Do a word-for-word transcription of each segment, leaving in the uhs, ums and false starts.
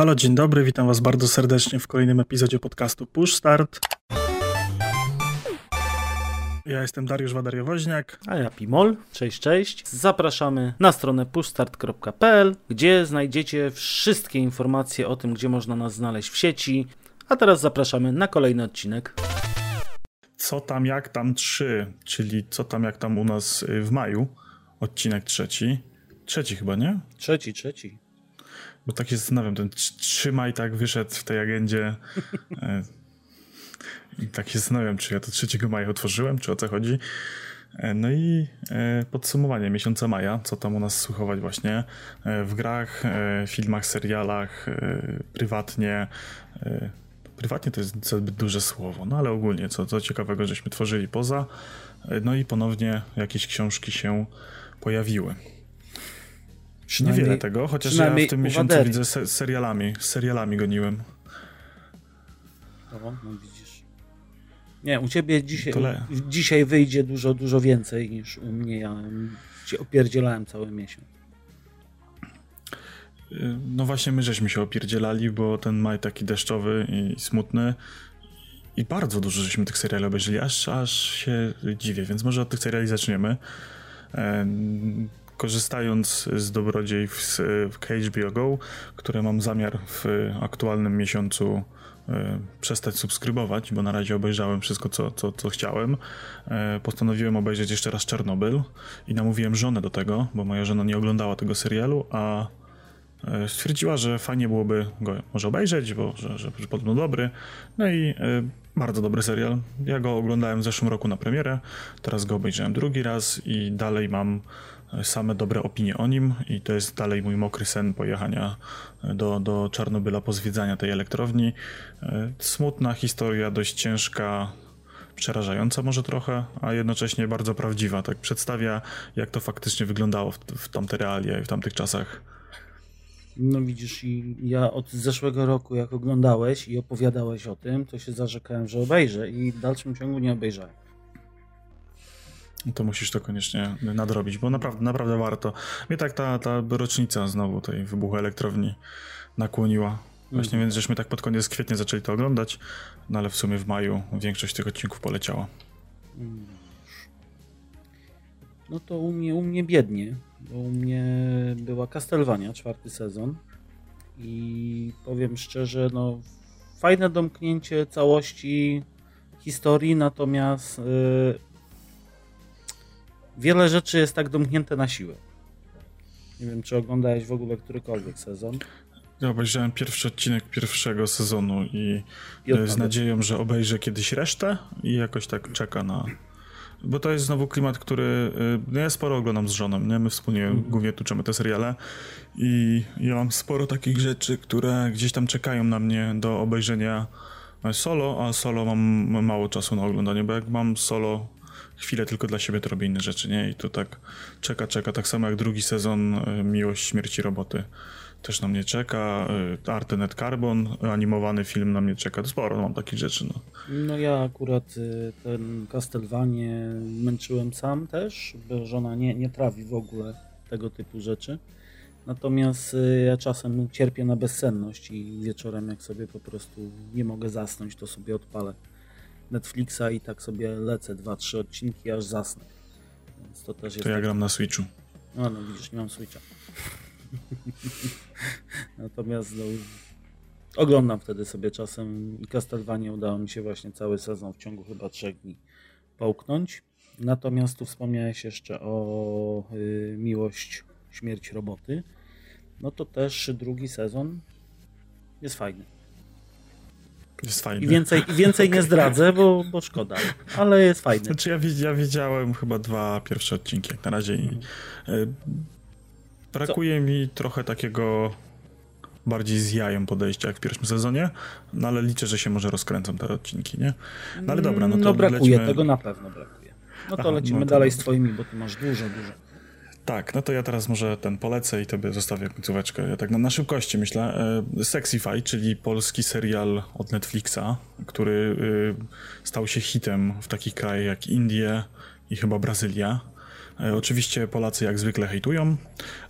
Halo, dzień dobry, witam was bardzo serdecznie w kolejnym epizodzie podcastu Push Start. Ja jestem Dariusz Wadariowoźniak. A ja Pimol. Cześć, cześć. Zapraszamy na stronę pushstart kropka p l, gdzie znajdziecie wszystkie informacje o tym, gdzie można nas znaleźć w sieci. A teraz zapraszamy na kolejny odcinek. Co tam, jak tam trzy, czyli co tam, jak tam u nas w maju. Odcinek trzeci. Trzeci chyba, nie? Trzeci, trzeci. Bo tak się zastanawiam, ten trzy maj tak wyszedł w tej agendzie. I tak się zastanawiam, czy ja to trzeciego maja otworzyłem, czy o co chodzi. No i podsumowanie miesiąca maja, co tam u nas słuchować właśnie w grach, filmach, serialach, prywatnie. Prywatnie to jest zbyt duże słowo, no ale ogólnie co, co ciekawego żeśmy tworzyli poza. No i ponownie jakieś książki się pojawiły. Niewiele tego, chociaż ja w tym miesiącu Waderii. widzę se- serialami, serialami goniłem. O, no widzisz. Nie, u ciebie dzisiaj, Tyle. dzisiaj wyjdzie dużo, dużo więcej niż u mnie. Ja cię opierdzielałem cały miesiąc. No właśnie my żeśmy się opierdzielali, bo ten maj taki deszczowy i smutny i bardzo dużo żeśmy tych seriali obejrzeli, aż, aż się dziwię, więc może od tych seriali zaczniemy. E, korzystając z dobrodziejstw H B O Go, które mam zamiar w aktualnym miesiącu e, przestać subskrybować, bo na razie obejrzałem wszystko, co, co, co chciałem. E, postanowiłem obejrzeć jeszcze raz Czarnobyl i namówiłem żonę do tego, bo moja żona nie oglądała tego serialu, a stwierdziła, że fajnie byłoby go może obejrzeć, bo że, że, że podobno dobry. No i y, bardzo dobry serial. Ja go oglądałem w zeszłym roku na premierę, teraz go obejrzałem drugi raz i dalej mam same dobre opinie o nim i to jest dalej mój mokry sen pojechania do, do Czarnobyla, pozwiedzania tej elektrowni. Y, smutna historia, dość ciężka, przerażająca może trochę, a jednocześnie bardzo prawdziwa. Tak przedstawia, jak to faktycznie wyglądało w, w tamte realia i w tamtych czasach. No widzisz, i ja od zeszłego roku, jak oglądałeś i opowiadałeś o tym, to się zarzekałem, że obejrzę i w dalszym ciągu nie obejrzałem. No to musisz to koniecznie nadrobić, bo naprawdę, naprawdę warto. Mnie tak ta, ta rocznica znowu tej wybuchu elektrowni nakłoniła. Właśnie mm. więc żeśmy tak pod koniec kwietnia zaczęli to oglądać, no ale w sumie w maju większość tych odcinków poleciała. Mm. No to u mnie, u mnie biednie, bo u mnie była Castlevania, czwarty sezon i powiem szczerze, no fajne domknięcie całości historii, natomiast yy, wiele rzeczy jest tak domknięte na siłę. Nie wiem, czy oglądałeś w ogóle którykolwiek sezon. Ja obejrzałem pierwszy odcinek pierwszego sezonu i, I z nadzieją, że obejrzę kiedyś resztę i jakoś tak czeka na... Bo to jest znowu klimat, który... No ja sporo oglądam z żoną, nie? My wspólnie mm. głównie tuczymy te seriale i ja mam sporo takich rzeczy, które gdzieś tam czekają na mnie do obejrzenia solo, a solo mam mało czasu na oglądanie, bo jak mam solo chwilę tylko dla siebie, to robię inne rzeczy, nie? I to tak czeka, czeka, tak samo jak drugi sezon Miłość, śmierć i roboty też na mnie czeka, Altered Carbon, animowany film na mnie czeka, to sporo mam takich rzeczy, no. No ja akurat ten Castlevanię męczyłem sam też, bo żona nie, nie trawi w ogóle tego typu rzeczy. Natomiast ja czasem cierpię na bezsenność i wieczorem jak sobie po prostu nie mogę zasnąć, to sobie odpalę Netflixa i tak sobie lecę dwa, trzy odcinki, aż zasnę. Więc to też jest. To ja tak... gram na Switchu. No, no widzisz, nie mam Switcha. Natomiast no, oglądam wtedy sobie czasem i Castlevanię udało mi się właśnie cały sezon w ciągu chyba trzech dni połknąć. Natomiast tu wspomniałeś jeszcze o y, Miłość, śmierć roboty. No to też drugi sezon jest fajny. Jest fajny. I więcej, i więcej nie zdradzę, bo, bo szkoda, ale jest fajny. Znaczy ja, ja widziałem chyba dwa pierwsze odcinki jak na razie i mhm. y, brakuje Co? mi trochę takiego bardziej z jajem podejścia jak w pierwszym sezonie, no ale liczę, że się może rozkręcą te odcinki, nie? No ale dobra, no to No brakuje, lecimy... tego na pewno brakuje. No to Aha, lecimy no to dalej dobra. z twoimi, bo ty masz dużo, dużo. Tak, no to ja teraz może ten polecę i tobie zostawię końcóweczkę. Ja tak na, na szybkości myślę. Sexify, czyli polski serial od Netflixa, który y, stał się hitem w takich krajach jak Indie i chyba Brazylia. E, oczywiście Polacy jak zwykle hejtują,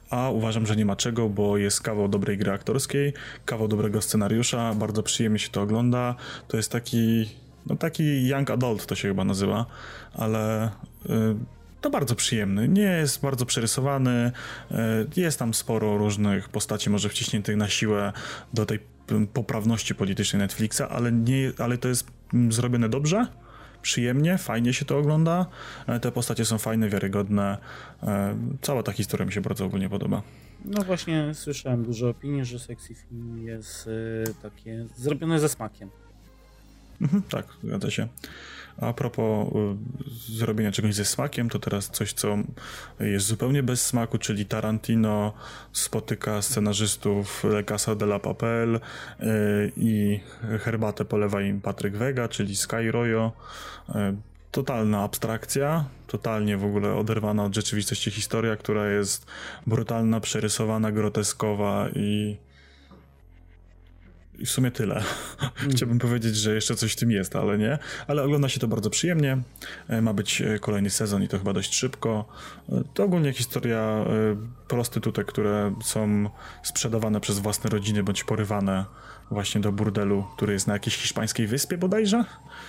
a uważam, że nie ma czego, bo jest kawał dobrej gry aktorskiej, kawał dobrego scenariusza, bardzo przyjemnie się to ogląda. To jest taki, no taki young adult to się chyba nazywa, ale yy, to bardzo przyjemny. Nie jest bardzo przerysowany, yy, jest tam sporo różnych postaci, może wciśniętych na siłę do tej poprawności politycznej Netflixa, ale, nie, ale to jest zrobione dobrze, przyjemnie, fajnie się to ogląda, te postacie są fajne, wiarygodne, cała ta historia mi się bardzo ogólnie podoba. No właśnie słyszałem dużo opinii, że Sexy Film jest y, takie zrobione ze smakiem. Mhm, tak, zgadza się. A propos y, zrobienia czegoś ze smakiem, to teraz coś, co jest zupełnie bez smaku, czyli Tarantino spotyka scenarzystów La Casa de la Papel y, i herbatę polewa im Patryk Wega, czyli Sky Royo. Y, totalna abstrakcja, totalnie w ogóle oderwana od rzeczywistości historia, która jest brutalna, przerysowana, groteskowa i I w sumie tyle. Mm. Chciałbym powiedzieć, że jeszcze coś w tym jest, ale nie. Ale ogląda się to bardzo przyjemnie. Ma być kolejny sezon i to chyba dość szybko. To ogólnie historia prostytutek, które są sprzedawane przez własne rodziny bądź porywane właśnie do burdelu, który jest na jakiejś hiszpańskiej wyspie bodajże.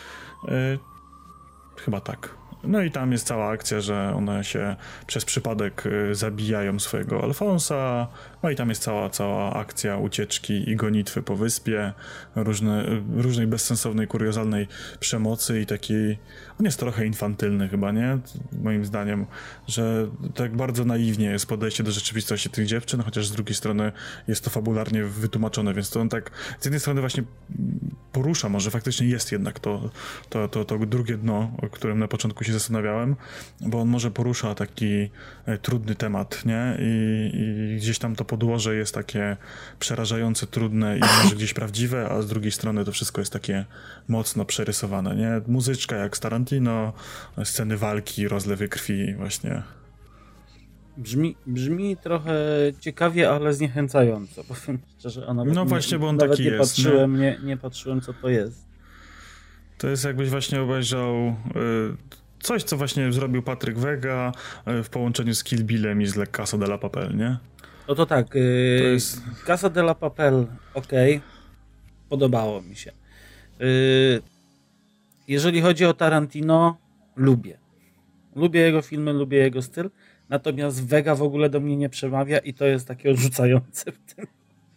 Chyba tak. No i tam jest cała akcja, że one się przez przypadek zabijają swojego Alfonsa, no i tam jest cała, cała akcja ucieczki i gonitwy po wyspie, różne, różnej bezsensownej, kuriozalnej przemocy i takiej, on jest trochę infantylny chyba, nie? Moim zdaniem, że tak bardzo naiwnie jest podejście do rzeczywistości tych dziewczyn, chociaż z drugiej strony jest to fabularnie wytłumaczone, więc to on tak z jednej strony właśnie porusza, może faktycznie jest jednak to, to, to, to drugie dno, o którym na początku się zastanawiałem, bo on może porusza taki e, trudny temat, nie? I, I gdzieś tam to podłoże jest takie przerażające, trudne i może gdzieś prawdziwe, a z drugiej strony to wszystko jest takie mocno przerysowane, nie? Muzyczka jak z Tarantino, sceny walki, rozlewy krwi właśnie. Brzmi, brzmi trochę ciekawie, ale zniechęcająco, powiem szczerze, a nawet no właśnie, nie, bo on nawet taki nie jest, patrzyłem, nie, nie patrzyłem, co to jest. To jest jakbyś właśnie obejrzał y, coś, co właśnie zrobił Patryk Wega y, w połączeniu z Kill Billem i z La Casa de la Papel, nie? No to tak, y, to jest... Casa de la Papel, okej, okay. Podobało mi się. Y, jeżeli chodzi o Tarantino, lubię. Lubię jego filmy, lubię jego styl, natomiast Wega w ogóle do mnie nie przemawia i to jest takie odrzucające w tym.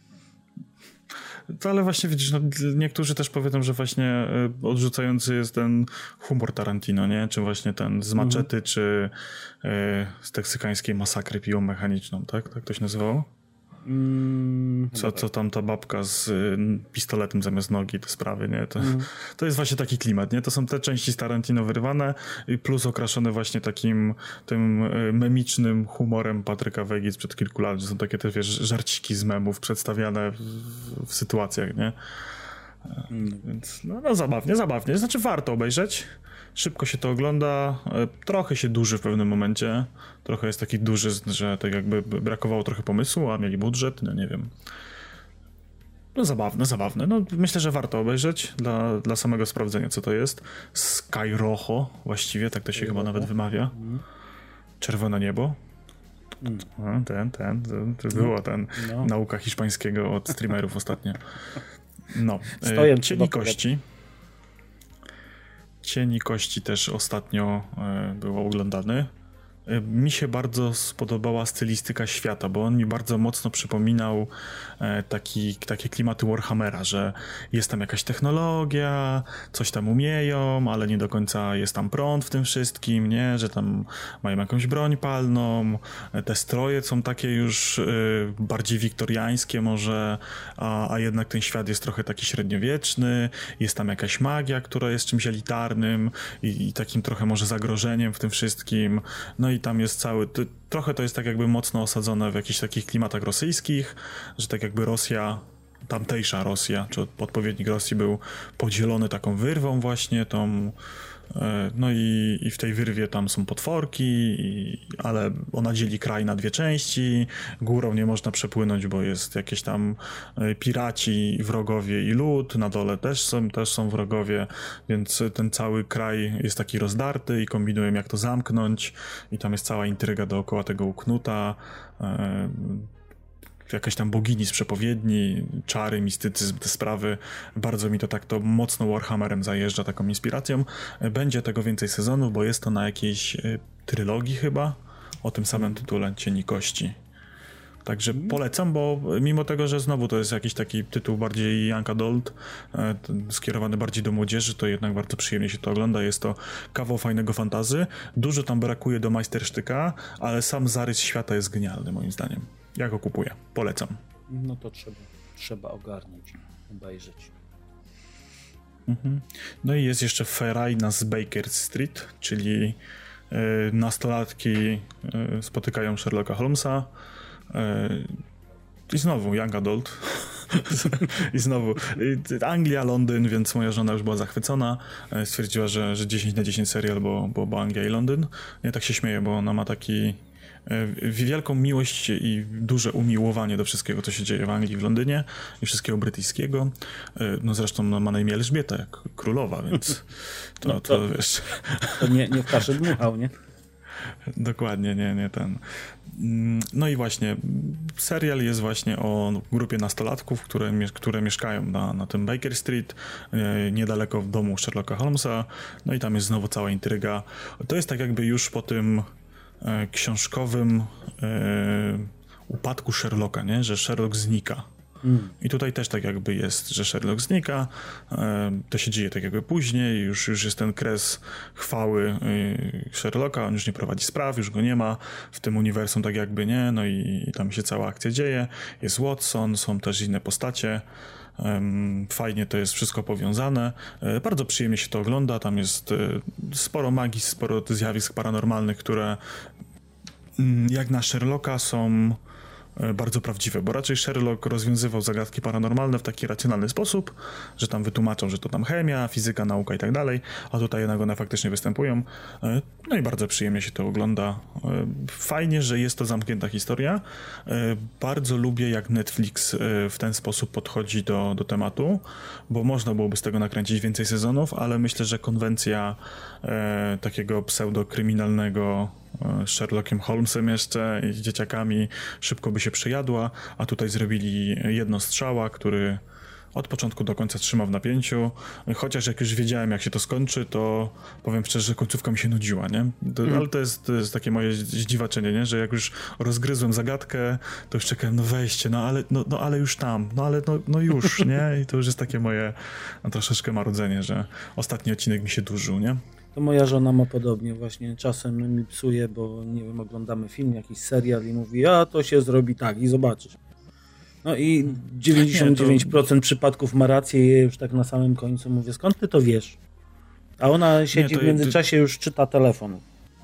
To ale właśnie widzisz, no, niektórzy też powiedzą, że właśnie y, odrzucający jest ten humor Tarantino, nie? Czy właśnie ten z Maczety, mm. czy y, z teksykańskiej Masakry piłą mechaniczną, tak? Tak to się nazywało? Mm, co, co tam ta babka z y, pistoletem zamiast nogi, te sprawy, nie? To, mm. to jest właśnie taki klimat, nie? To są te części z Tarantino wyrywane i plus okraszone właśnie takim tym y, memicznym humorem Patryka Wegi sprzed kilku lat, że są takie te, wiesz, żarciki z memów przedstawiane w, w sytuacjach, nie? Mm. Więc no, no zabawnie, zabawnie. Znaczy warto obejrzeć. Szybko się to ogląda, trochę się duży w pewnym momencie, trochę jest taki duży, że tak jakby brakowało trochę pomysłu, a mieli budżet, no nie wiem. No zabawne, zabawne. No myślę, że warto obejrzeć dla, dla samego sprawdzenia, co to jest. Sky Rojo właściwie, tak to się chyba nawet wymawia. Czerwone niebo. No, ten, ten, ten, to było ten no. Nauka hiszpańskiego od streamerów ostatnio. No, Cień i kości. Cień i kości też ostatnio e, było oglądany. E, mi się bardzo spodobała stylistyka świata, bo on mi bardzo mocno przypominał e, taki, takie klimaty Warhammera, że jest tam jakaś technologia, coś tam umieją, ale nie do końca jest tam prąd w tym wszystkim, nie? Że tam mają jakąś broń palną, e, te stroje są takie już e, bardziej wiktoriańskie może, a, a jednak ten świat jest trochę taki średniowieczny, jest tam jakaś magia, która jest czymś elitarnym i, i takim trochę może zagrożeniem w tym wszystkim, no i tam jest cały, to, trochę to jest tak jakby mocno osadzone w jakichś takich klimatach rosyjskich, że tak jakby Rosja tamtejsza Rosja, czy odpowiednik Rosji był podzielony taką wyrwą właśnie, tą no i, i w tej wyrwie tam są potworki, i, ale ona dzieli kraj na dwie części, górą nie można przepłynąć, bo jest jakieś tam piraci, wrogowie i lud, na dole też są, też są wrogowie, więc ten cały kraj jest taki rozdarty i kombinują jak to zamknąć i tam jest cała intryga dookoła tego uknuta, jakaś tam bogini z przepowiedni, czary, mistycyzm, te sprawy. Bardzo mi to tak to mocno Warhammerem zajeżdża, taką inspiracją. Będzie tego więcej sezonów, bo jest to na jakiejś trylogii chyba, o tym samym tytule, Cieni Kości. Także polecam, bo mimo tego, że znowu to jest jakiś taki tytuł bardziej young adult, skierowany bardziej do młodzieży, to jednak bardzo przyjemnie się to ogląda. Jest to kawał fajnego fantasy. Dużo tam brakuje do majstersztyka, ale sam zarys świata jest genialny moim zdaniem. Ja go kupuję. Polecam. No to trzeba, trzeba ogarnąć, obejrzeć. Mhm. No i jest jeszcze Ferajna z Baker Street, czyli y, nastolatki y, spotykają Sherlocka Holmesa. I znowu young adult. I znowu Anglia, Londyn, więc moja żona już była zachwycona. Stwierdziła, że, że dziesięć na dziesięć serial, bo, bo, bo Anglia i Londyn. Ja tak się śmieję, bo ona ma taki wielką miłość i duże umiłowanie do wszystkiego, co się dzieje w Anglii, w Londynie i wszystkiego brytyjskiego. No zresztą no, ma na imię Elżbieta, jak królowa, więc to, no to, to wiesz... To nie, nie w kaszy dmuchał, nie? Dokładnie, nie, nie ten. No i właśnie, serial jest właśnie o grupie nastolatków, które, które mieszkają na, na tym Baker Street, niedaleko w domu Sherlocka Holmesa, no i tam jest znowu cała intryga. To jest tak jakby już po tym e, książkowym e, upadku Sherlocka, nie? Że Sherlock znika. Mm. I tutaj też tak jakby jest, że Sherlock znika, to się dzieje tak jakby później, już, już jest ten kres chwały Sherlocka, on już nie prowadzi spraw, już go nie ma w tym uniwersum tak jakby, nie, no i, i tam się cała akcja dzieje, jest Watson, są też inne postacie, fajnie to jest wszystko powiązane, bardzo przyjemnie się to ogląda, tam jest sporo magii, sporo zjawisk paranormalnych, które jak na Sherlocka są bardzo prawdziwe, bo raczej Sherlock rozwiązywał zagadki paranormalne w taki racjonalny sposób, że tam wytłumaczą, że to tam chemia, fizyka, nauka i tak dalej, a tutaj jednak one faktycznie występują. No i bardzo przyjemnie się to ogląda. Fajnie, że jest to zamknięta historia. Bardzo lubię, jak Netflix w ten sposób podchodzi do, do tematu, bo można byłoby z tego nakręcić więcej sezonów, ale myślę, że konwencja e, takiego pseudokryminalnego Sherlockiem Holmesem jeszcze i dzieciakami szybko by się przejadła, a tutaj zrobili jedno strzała, który od początku do końca trzymał w napięciu, chociaż jak już wiedziałem, jak się to skończy, to powiem szczerze, że końcówka mi się nudziła, nie? To, mm. Ale to jest, to jest takie moje zdziwaczenie, nie? Że jak już rozgryzłem zagadkę, to już czekałem, no wejście, no ale, no, no, ale już tam, no ale no, no już, nie? I to już jest takie moje no, troszeczkę marudzenie, że ostatni odcinek mi się dłużył, nie? To moja żona ma podobnie, właśnie czasem mi psuje, bo nie wiem, oglądamy film, jakiś serial i mówi, a to się zrobi tak i zobaczysz. No i dziewięćdziesiąt dziewięć procent nie, to... przypadków ma rację i już tak na samym końcu mówię, skąd ty to wiesz? A ona siedzi nie, w międzyczasie to... już czyta telefon.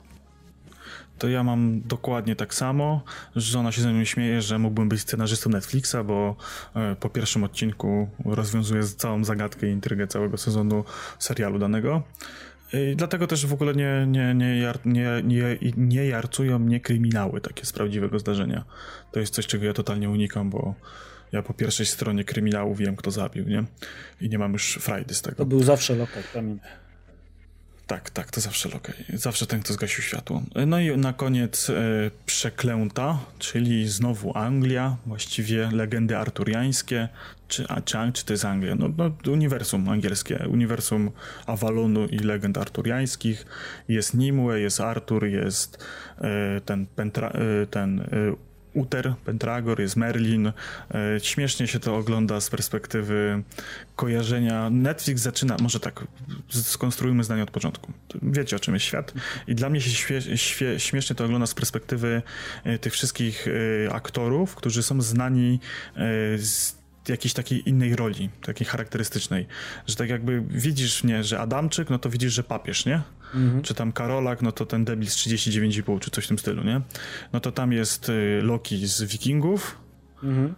To ja mam dokładnie tak samo, że ona się ze mnie śmieje, że mógłbym być scenarzystą Netflixa, bo po pierwszym odcinku rozwiązuję całą zagadkę i intrygę całego sezonu serialu danego. I dlatego też w ogóle nie, nie, nie, jar, nie, nie, nie jarcują mnie kryminały takie z prawdziwego zdarzenia. To jest coś, czego ja totalnie unikam, bo ja po pierwszej stronie kryminału wiem, kto zabił, nie? I nie mam już frajdy z tego. To był zawsze lokal, pamiętam. Tak, tak, to zawsze lokaj. Zawsze ten, kto zgasił światło. No i na koniec e, Przeklęta, czyli znowu Anglia, właściwie legendy arturiańskie. Czy, a, czy, czy to jest Anglia? No, no uniwersum angielskie, uniwersum Avalonu i legend arturiańskich. Jest Nimue, jest Artur, jest e, ten, pentra, e, ten e, Uther, Pendragon, jest Merlin. Śmiesznie się to ogląda z perspektywy kojarzenia. Netflix zaczyna, może tak, skonstruujmy zdanie od początku. Wiecie, o czym jest świat. I dla mnie się świe, świe, śmiesznie to ogląda z perspektywy tych wszystkich aktorów, którzy są znani z jakiejś takiej innej roli, takiej charakterystycznej, że tak jakby widzisz, nie, że Adamczyk, no to widzisz, że papież, nie? Mhm. Czy tam Karolak, no to ten debil z trzydzieści dziewięć i pół, czy coś w tym stylu, nie? No to tam jest y, Loki z Wikingów, mhm.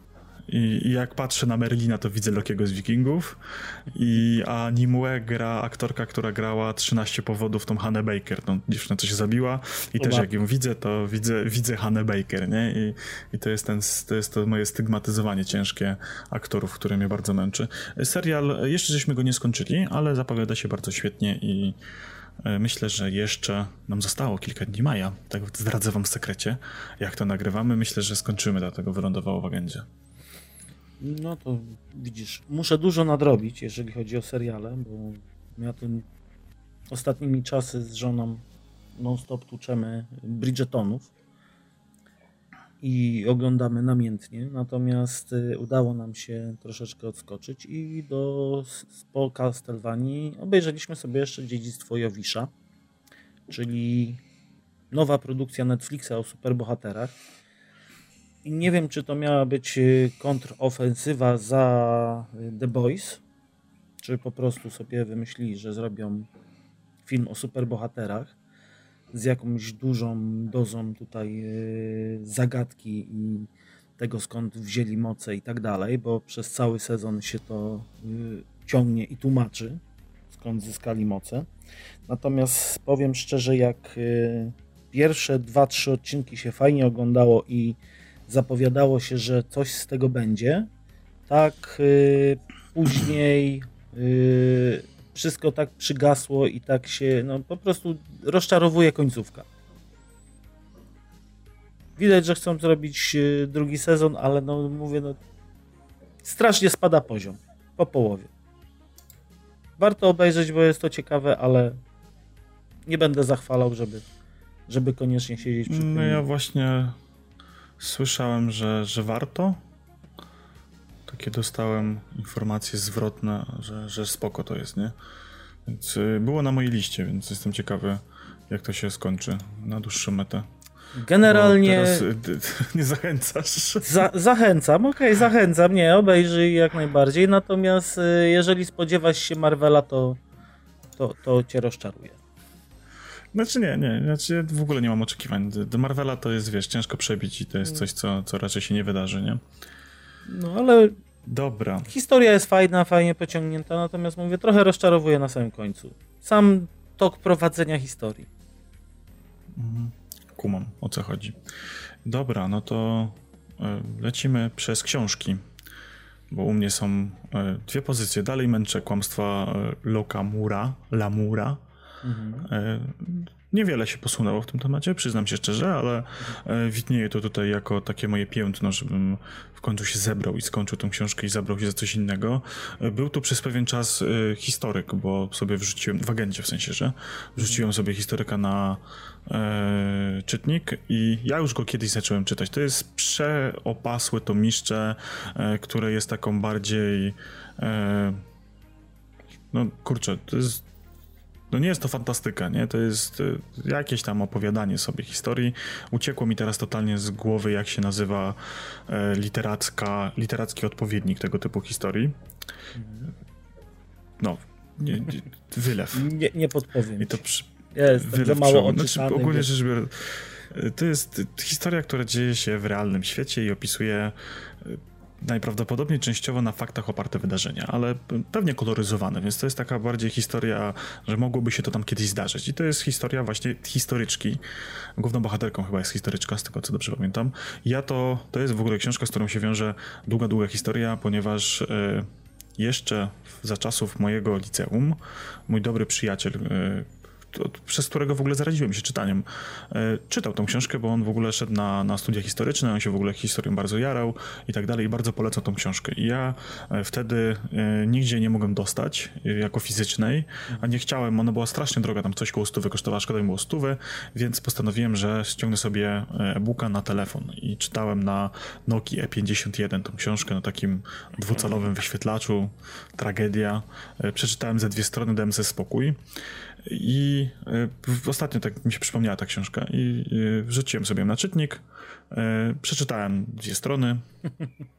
I, I jak patrzę na Merlina, to widzę Lokiego z Wikingów. I, a Nimue gra aktorka, która grała trzynaście powodów, tą Hannę Baker, tą dziewczynę, co się zabiła. I też jak ją widzę, to widzę, widzę Hannę Baker, nie? I, i to, jest ten, to jest to moje stygmatyzowanie ciężkie aktorów, które mnie bardzo męczy. Serial, jeszcze żeśmy go nie skończyli, ale zapowiada się bardzo świetnie i myślę, że jeszcze nam zostało kilka dni maja. Tak zdradzę wam w sekrecie, jak to nagrywamy. Myślę, że skończymy, dlatego wylądowało w agendzie. No to widzisz, muszę dużo nadrobić, jeżeli chodzi o seriale, bo ja tym ostatnimi czasy z żoną non-stop tłuczemy Bridgertonów i oglądamy namiętnie, natomiast udało nam się troszeczkę odskoczyć i do po Castlevanii obejrzeliśmy sobie jeszcze Dziedzictwo Jowisza, czyli nowa produkcja Netflixa o superbohaterach. I nie wiem, czy to miała być kontrofensywa za The Boys, czy po prostu sobie wymyślili, że zrobią film o superbohaterach z jakąś dużą dozą tutaj zagadki i tego, skąd wzięli moce i tak dalej, bo przez cały sezon się to ciągnie i tłumaczy, skąd zyskali moce. Natomiast powiem szczerze, jak pierwsze dwa, trzy odcinki się fajnie oglądało i zapowiadało się, że coś z tego będzie, tak yy, później yy, wszystko tak przygasło i tak się, no po prostu rozczarowuje końcówka. Widać, że chcą zrobić yy, drugi sezon, ale no mówię, no strasznie spada poziom po połowie. Warto obejrzeć, bo jest to ciekawe, ale nie będę zachwalał, żeby, żeby koniecznie siedzieć przy tym. No ja właśnie słyszałem, że, że warto. Takie dostałem informacje zwrotne, że, że spoko to jest, nie? Więc y, było na mojej liście, więc jestem ciekawy, jak to się skończy na dłuższą metę. Generalnie... Teraz y, y, nie zachęcasz. Za, zachęcam, okej, okay, zachęcam, nie, obejrzyj jak najbardziej, natomiast y, jeżeli spodziewasz się Marvela, to, to, to cię rozczaruje. Znaczy nie, nie, znaczy ja w ogóle nie mam oczekiwań. Do Marvela to jest, wiesz, ciężko przebić i to jest coś, co, co raczej się nie wydarzy, nie? No ale... Dobra. Historia jest fajna, fajnie pociągnięta, natomiast mówię, trochę rozczarowuje na samym końcu. Sam tok prowadzenia historii. Mhm. Kumam, o co chodzi. Dobra, no to lecimy przez książki, bo u mnie są dwie pozycje. Dalej męczę kłamstwa Lokamura, Lamura. Mhm. Niewiele się posunęło w tym temacie, przyznam się szczerze, ale widnieje to tutaj jako takie moje piętno, żebym w końcu się zebrał i skończył tę książkę i zabrał się za coś innego. Był tu przez pewien czas historyk, bo sobie wrzuciłem, w agendzie w sensie, że wrzuciłem sobie historyka na e, czytnik i ja już go kiedyś zacząłem czytać. To jest przeopasłe tomiszcze, e, które jest taką bardziej e, no kurczę, to jest No nie jest to fantastyka, nie? To jest y, jakieś tam opowiadanie sobie historii. Uciekło mi teraz totalnie z głowy, jak się nazywa y, literacka, literacki odpowiednik tego typu historii. No, nie, nie, wylew. Nie, nie podpowiem. I to przy, ja jestem za mało odczytany. Znaczy, ogólnie rzecz biorąc, to jest historia, która dzieje się w realnym świecie i opisuje y, najprawdopodobniej częściowo na faktach oparte wydarzenia, ale pewnie koloryzowane, więc to jest taka bardziej historia, że mogłoby się to tam kiedyś zdarzyć. I to jest historia właśnie historyczki. Główną bohaterką chyba jest historyczka, z tego co dobrze pamiętam. Ja to, to jest w ogóle książka, z którą się wiąże długa, długa historia, ponieważ y, jeszcze za czasów mojego liceum mój dobry przyjaciel, y, przez którego w ogóle zaraziłem się czytaniem. Czytał tą książkę, bo on w ogóle szedł na, na studia historyczne, on się w ogóle historią bardzo jarał i tak dalej i bardzo polecał tą książkę. I ja wtedy nigdzie nie mogłem dostać jako fizycznej, a nie chciałem, ona była strasznie droga, tam coś koło stówy kosztowała, szkoda mi było stówy, więc postanowiłem, że ściągnę sobie e-booka na telefon i czytałem na Nokii E pięćdziesiąt jeden tą książkę na takim dwucalowym wyświetlaczu. Tragedia. Przeczytałem ze dwie strony, dałem sobie spokój. I y, ostatnio tak mi się przypomniała ta książka i y, wrzuciłem sobie ją na czytnik, y, przeczytałem dwie strony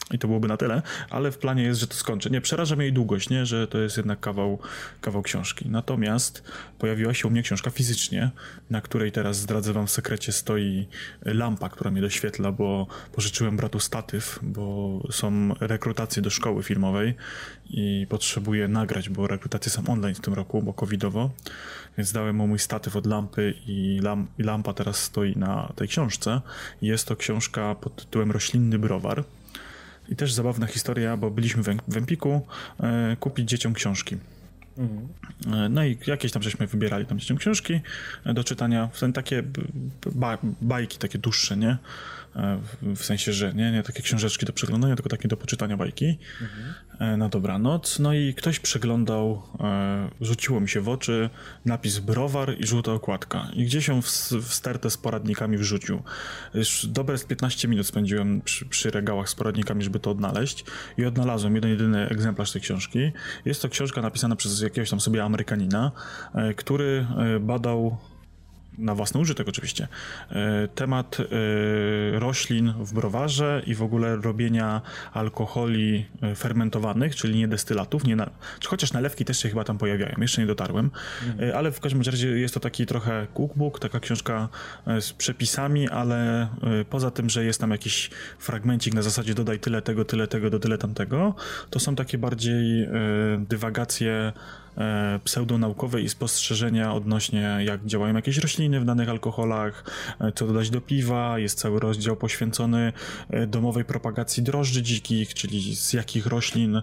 I to byłoby na tyle, ale w planie jest, że to skończę. Nie, przeraża mnie jej długość, nie, że to jest jednak kawał, kawał książki. Natomiast pojawiła się u mnie książka fizycznie, na której teraz, zdradzę wam w sekrecie, stoi lampa, która mnie doświetla, bo pożyczyłem bratu statyw, bo są rekrutacje do szkoły filmowej i potrzebuję nagrać, bo rekrutacje są online w tym roku, bo covidowo, więc dałem mu mój statyw od lampy i, lam, i lampa teraz stoi na tej książce. Jest to książka pod tytułem Roślinny browar. I też zabawna historia, bo byliśmy w Empiku e, kupić dzieciom książki. Mhm. E, no i jakieś tam żeśmy wybierali tam dzieciom książki e, do czytania, w sensie takie ba, bajki, takie dłuższe, nie? E, w, w sensie, że nie, nie takie książeczki do przeglądania, tylko takie do poczytania bajki mhm. e, na dobranoc. No i ktoś przeglądał, e, rzuciło mi się w oczy napis browar i żółta okładka. I gdzieś ją w, w stertę z poradnikami wrzucił. Już dobre z piętnaście minut spędziłem przy, przy regałach z poradnikami, żeby to odnaleźć i odnalazłem jeden, jedyny egzemplarz tej książki. Jest to książka napisana przez jakiegoś tam sobie Amerykanina, e, który e, badał na własny użytek oczywiście, temat roślin w browarze i w ogóle robienia alkoholi fermentowanych, czyli nie destylatów, nie na... chociaż nalewki też się chyba tam pojawiają, jeszcze nie dotarłem, mhm. ale w każdym razie jest to taki trochę cookbook, taka książka z przepisami, ale poza tym, że jest tam jakiś fragmencik na zasadzie dodaj tyle tego, tyle tego, do tyle tamtego, to są takie bardziej dywagacje pseudonaukowe i spostrzeżenia odnośnie jak działają jakieś rośliny w danych alkoholach, co dodać do piwa, jest cały rozdział poświęcony domowej propagacji drożdży dzikich, czyli z jakich roślin,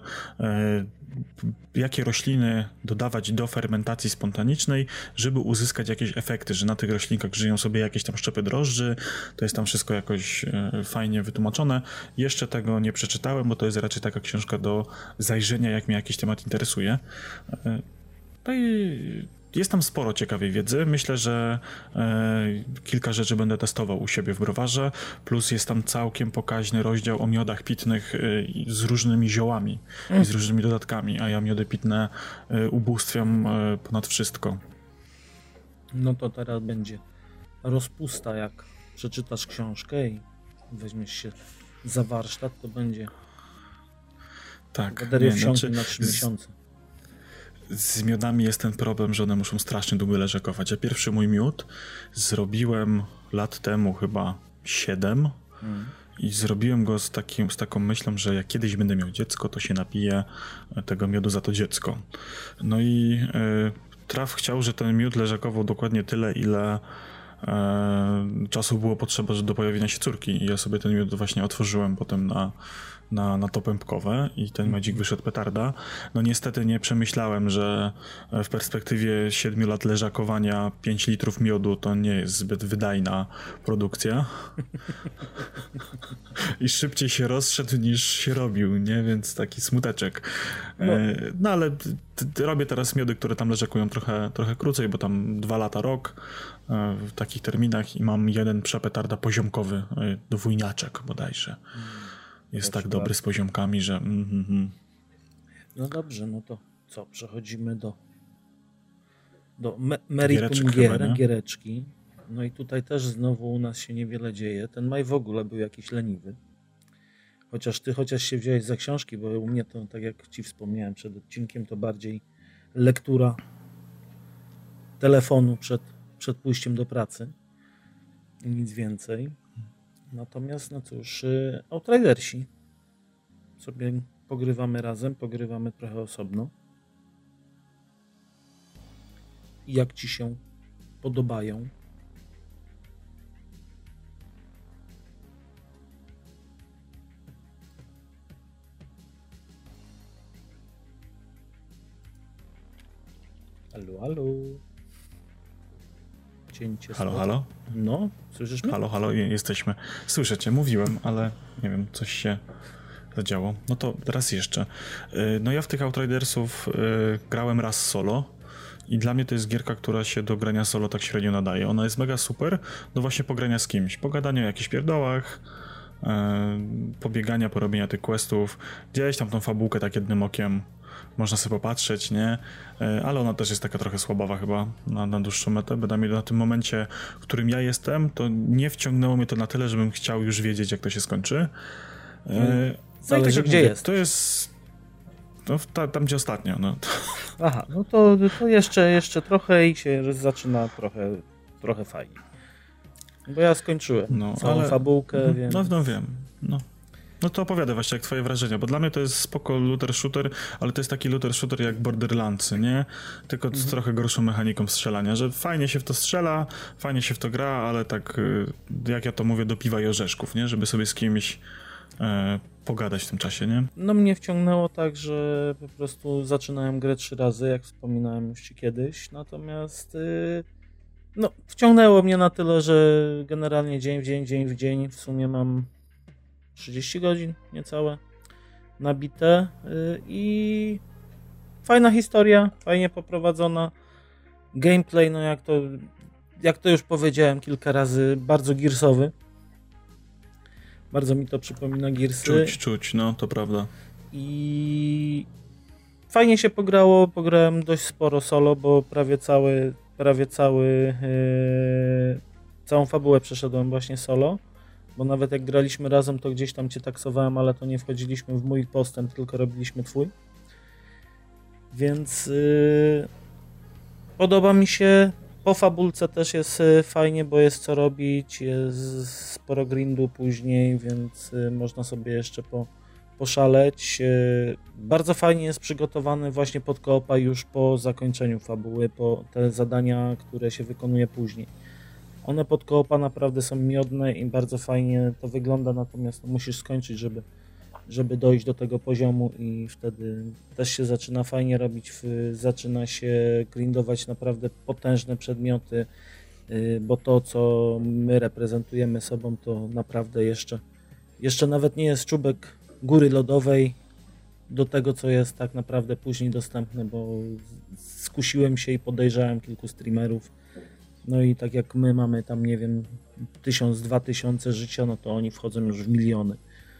jakie rośliny dodawać do fermentacji spontanicznej, żeby uzyskać jakieś efekty, że na tych roślinkach żyją sobie jakieś tam szczepy drożdży, to jest tam wszystko jakoś fajnie wytłumaczone. Jeszcze tego nie przeczytałem, bo to jest raczej taka książka do zajrzenia, jak mnie jakiś temat interesuje. No i jest tam sporo ciekawej wiedzy. Myślę, że e, kilka rzeczy będę testował u siebie w browarze, plus jest tam całkiem pokaźny rozdział o miodach pitnych e, z różnymi ziołami mm. i z różnymi dodatkami, a ja miody pitne e, ubóstwiam e, ponad wszystko. No to teraz będzie rozpusta, jak przeczytasz książkę i weźmiesz się za warsztat, to będzie tak, baterie wsiąknie na trzy miesiące. Z miodami jest ten problem, że one muszą strasznie długo leżakować. Ja pierwszy mój miód zrobiłem lat temu chyba siedem mm. i zrobiłem go z, takim, z taką myślą, że jak kiedyś będę miał dziecko, to się napiję tego miodu za to dziecko. No i y, traf chciał, że ten miód leżakował dokładnie tyle, ile y, czasu było potrzeba do pojawienia się córki. I ja sobie ten miód właśnie otworzyłem potem na na, na to pępkowe i ten medzik wyszedł petarda. No niestety nie przemyślałem, że w perspektywie siedmiu lat leżakowania pięć litrów miodu to nie jest zbyt wydajna produkcja. I szybciej się rozszedł niż się robił, nie? Więc taki smuteczek. No, no ale t- t- robię teraz miody, które tam leżakują trochę, trochę krócej, bo tam dwa lata, rok w takich terminach i mam jeden przepetarda poziomkowy, dwójniaczek bodajże. Jest tak dobry z poziomkami, że... Mm-hmm. No dobrze, no to co? Przechodzimy do do me- meritum gier, chyba, giereczki. No i tutaj też znowu u nas się niewiele dzieje. Ten maj w ogóle był jakiś leniwy. Chociaż ty chociaż się wziąłeś za książki, bo u mnie to, tak jak ci wspomniałem przed odcinkiem, to bardziej lektura telefonu przed, przed pójściem do pracy. I nic więcej. Natomiast, no cóż, Outridersi. Sobie pogrywamy razem, pogrywamy trochę osobno. I jak ci się podobają? Halo, halo. Cięcie. Halo, halo? No, słyszysz mnie? Halo, halo, jesteśmy. Słyszę cię, mówiłem, ale nie wiem, coś się zadziało. No to teraz jeszcze. No ja w tych Outridersów grałem raz solo i dla mnie to jest gierka, która się do grania solo tak średnio nadaje. Ona jest mega super do właśnie pogrania z kimś. Pogadania o jakichś pierdołach, pobiegania, porobienia tych questów, gdzieś tam tą fabułkę tak jednym okiem można sobie popatrzeć, nie? Ale ona też jest taka trochę słabawa chyba na, na dłuższą metę. Bynajmniej na tym momencie, w którym ja jestem, to nie wciągnęło mnie to na tyle, żebym chciał już wiedzieć, jak to się skończy. Zależy, no tak gdzie mówię, jest. To jest no, ta, tam, gdzie ostatnio. No. Aha, no to, to jeszcze, jeszcze trochę i się zaczyna trochę, trochę fajnie. Bo ja skończyłem no, całą ale... fabułkę, więc... No, no wiem, no. No to opowiadaj właśnie, jak twoje wrażenia, bo dla mnie to jest spoko looter shooter, ale to jest taki looter shooter jak Borderlandsy, nie? Tylko z Mhm. trochę gorszą mechaniką strzelania, że fajnie się w to strzela, fajnie się w to gra, ale tak, jak ja to mówię, do piwa i orzeszków, nie? Żeby sobie z kimś e, pogadać w tym czasie, nie? No mnie wciągnęło tak, że po prostu zaczynałem grę trzy razy, jak wspominałem już ci kiedyś, natomiast yy, no wciągnęło mnie na tyle, że generalnie dzień w dzień, dzień w dzień w sumie mam trzydzieści godzin niecałe nabite yy, i fajna historia, fajnie poprowadzona, gameplay, no jak to, jak to już powiedziałem kilka razy, bardzo gearsowy. Bardzo mi to przypomina Gearsy. Czuć, czuć, no to prawda. I fajnie się pograło, pograłem dość sporo solo, bo prawie cały, prawie cały, yy, całą fabułę przeszedłem właśnie solo, bo nawet jak graliśmy razem, to gdzieś tam cię taksowałem, ale to nie wchodziliśmy w mój postęp, tylko robiliśmy twój. Więc yy, podoba mi się. Po fabulce też jest fajnie, bo jest co robić, jest sporo grindu później, więc można sobie jeszcze po, poszaleć. Bardzo fajnie jest przygotowany właśnie pod koopa już po zakończeniu fabuły, po te zadania, które się wykonuje później. One pod koopa naprawdę są miodne i bardzo fajnie to wygląda, natomiast musisz skończyć, żeby żeby dojść do tego poziomu i wtedy też się zaczyna fajnie robić, zaczyna się grindować naprawdę potężne przedmioty, bo to, co my reprezentujemy sobą, to naprawdę jeszcze, jeszcze nawet nie jest czubek góry lodowej do tego, co jest tak naprawdę później dostępne, bo skusiłem się i podejrzałem kilku streamerów, no i tak jak my mamy tam, nie wiem, tysiąc, dwa tysiące życia, no to oni wchodzą już w miliony.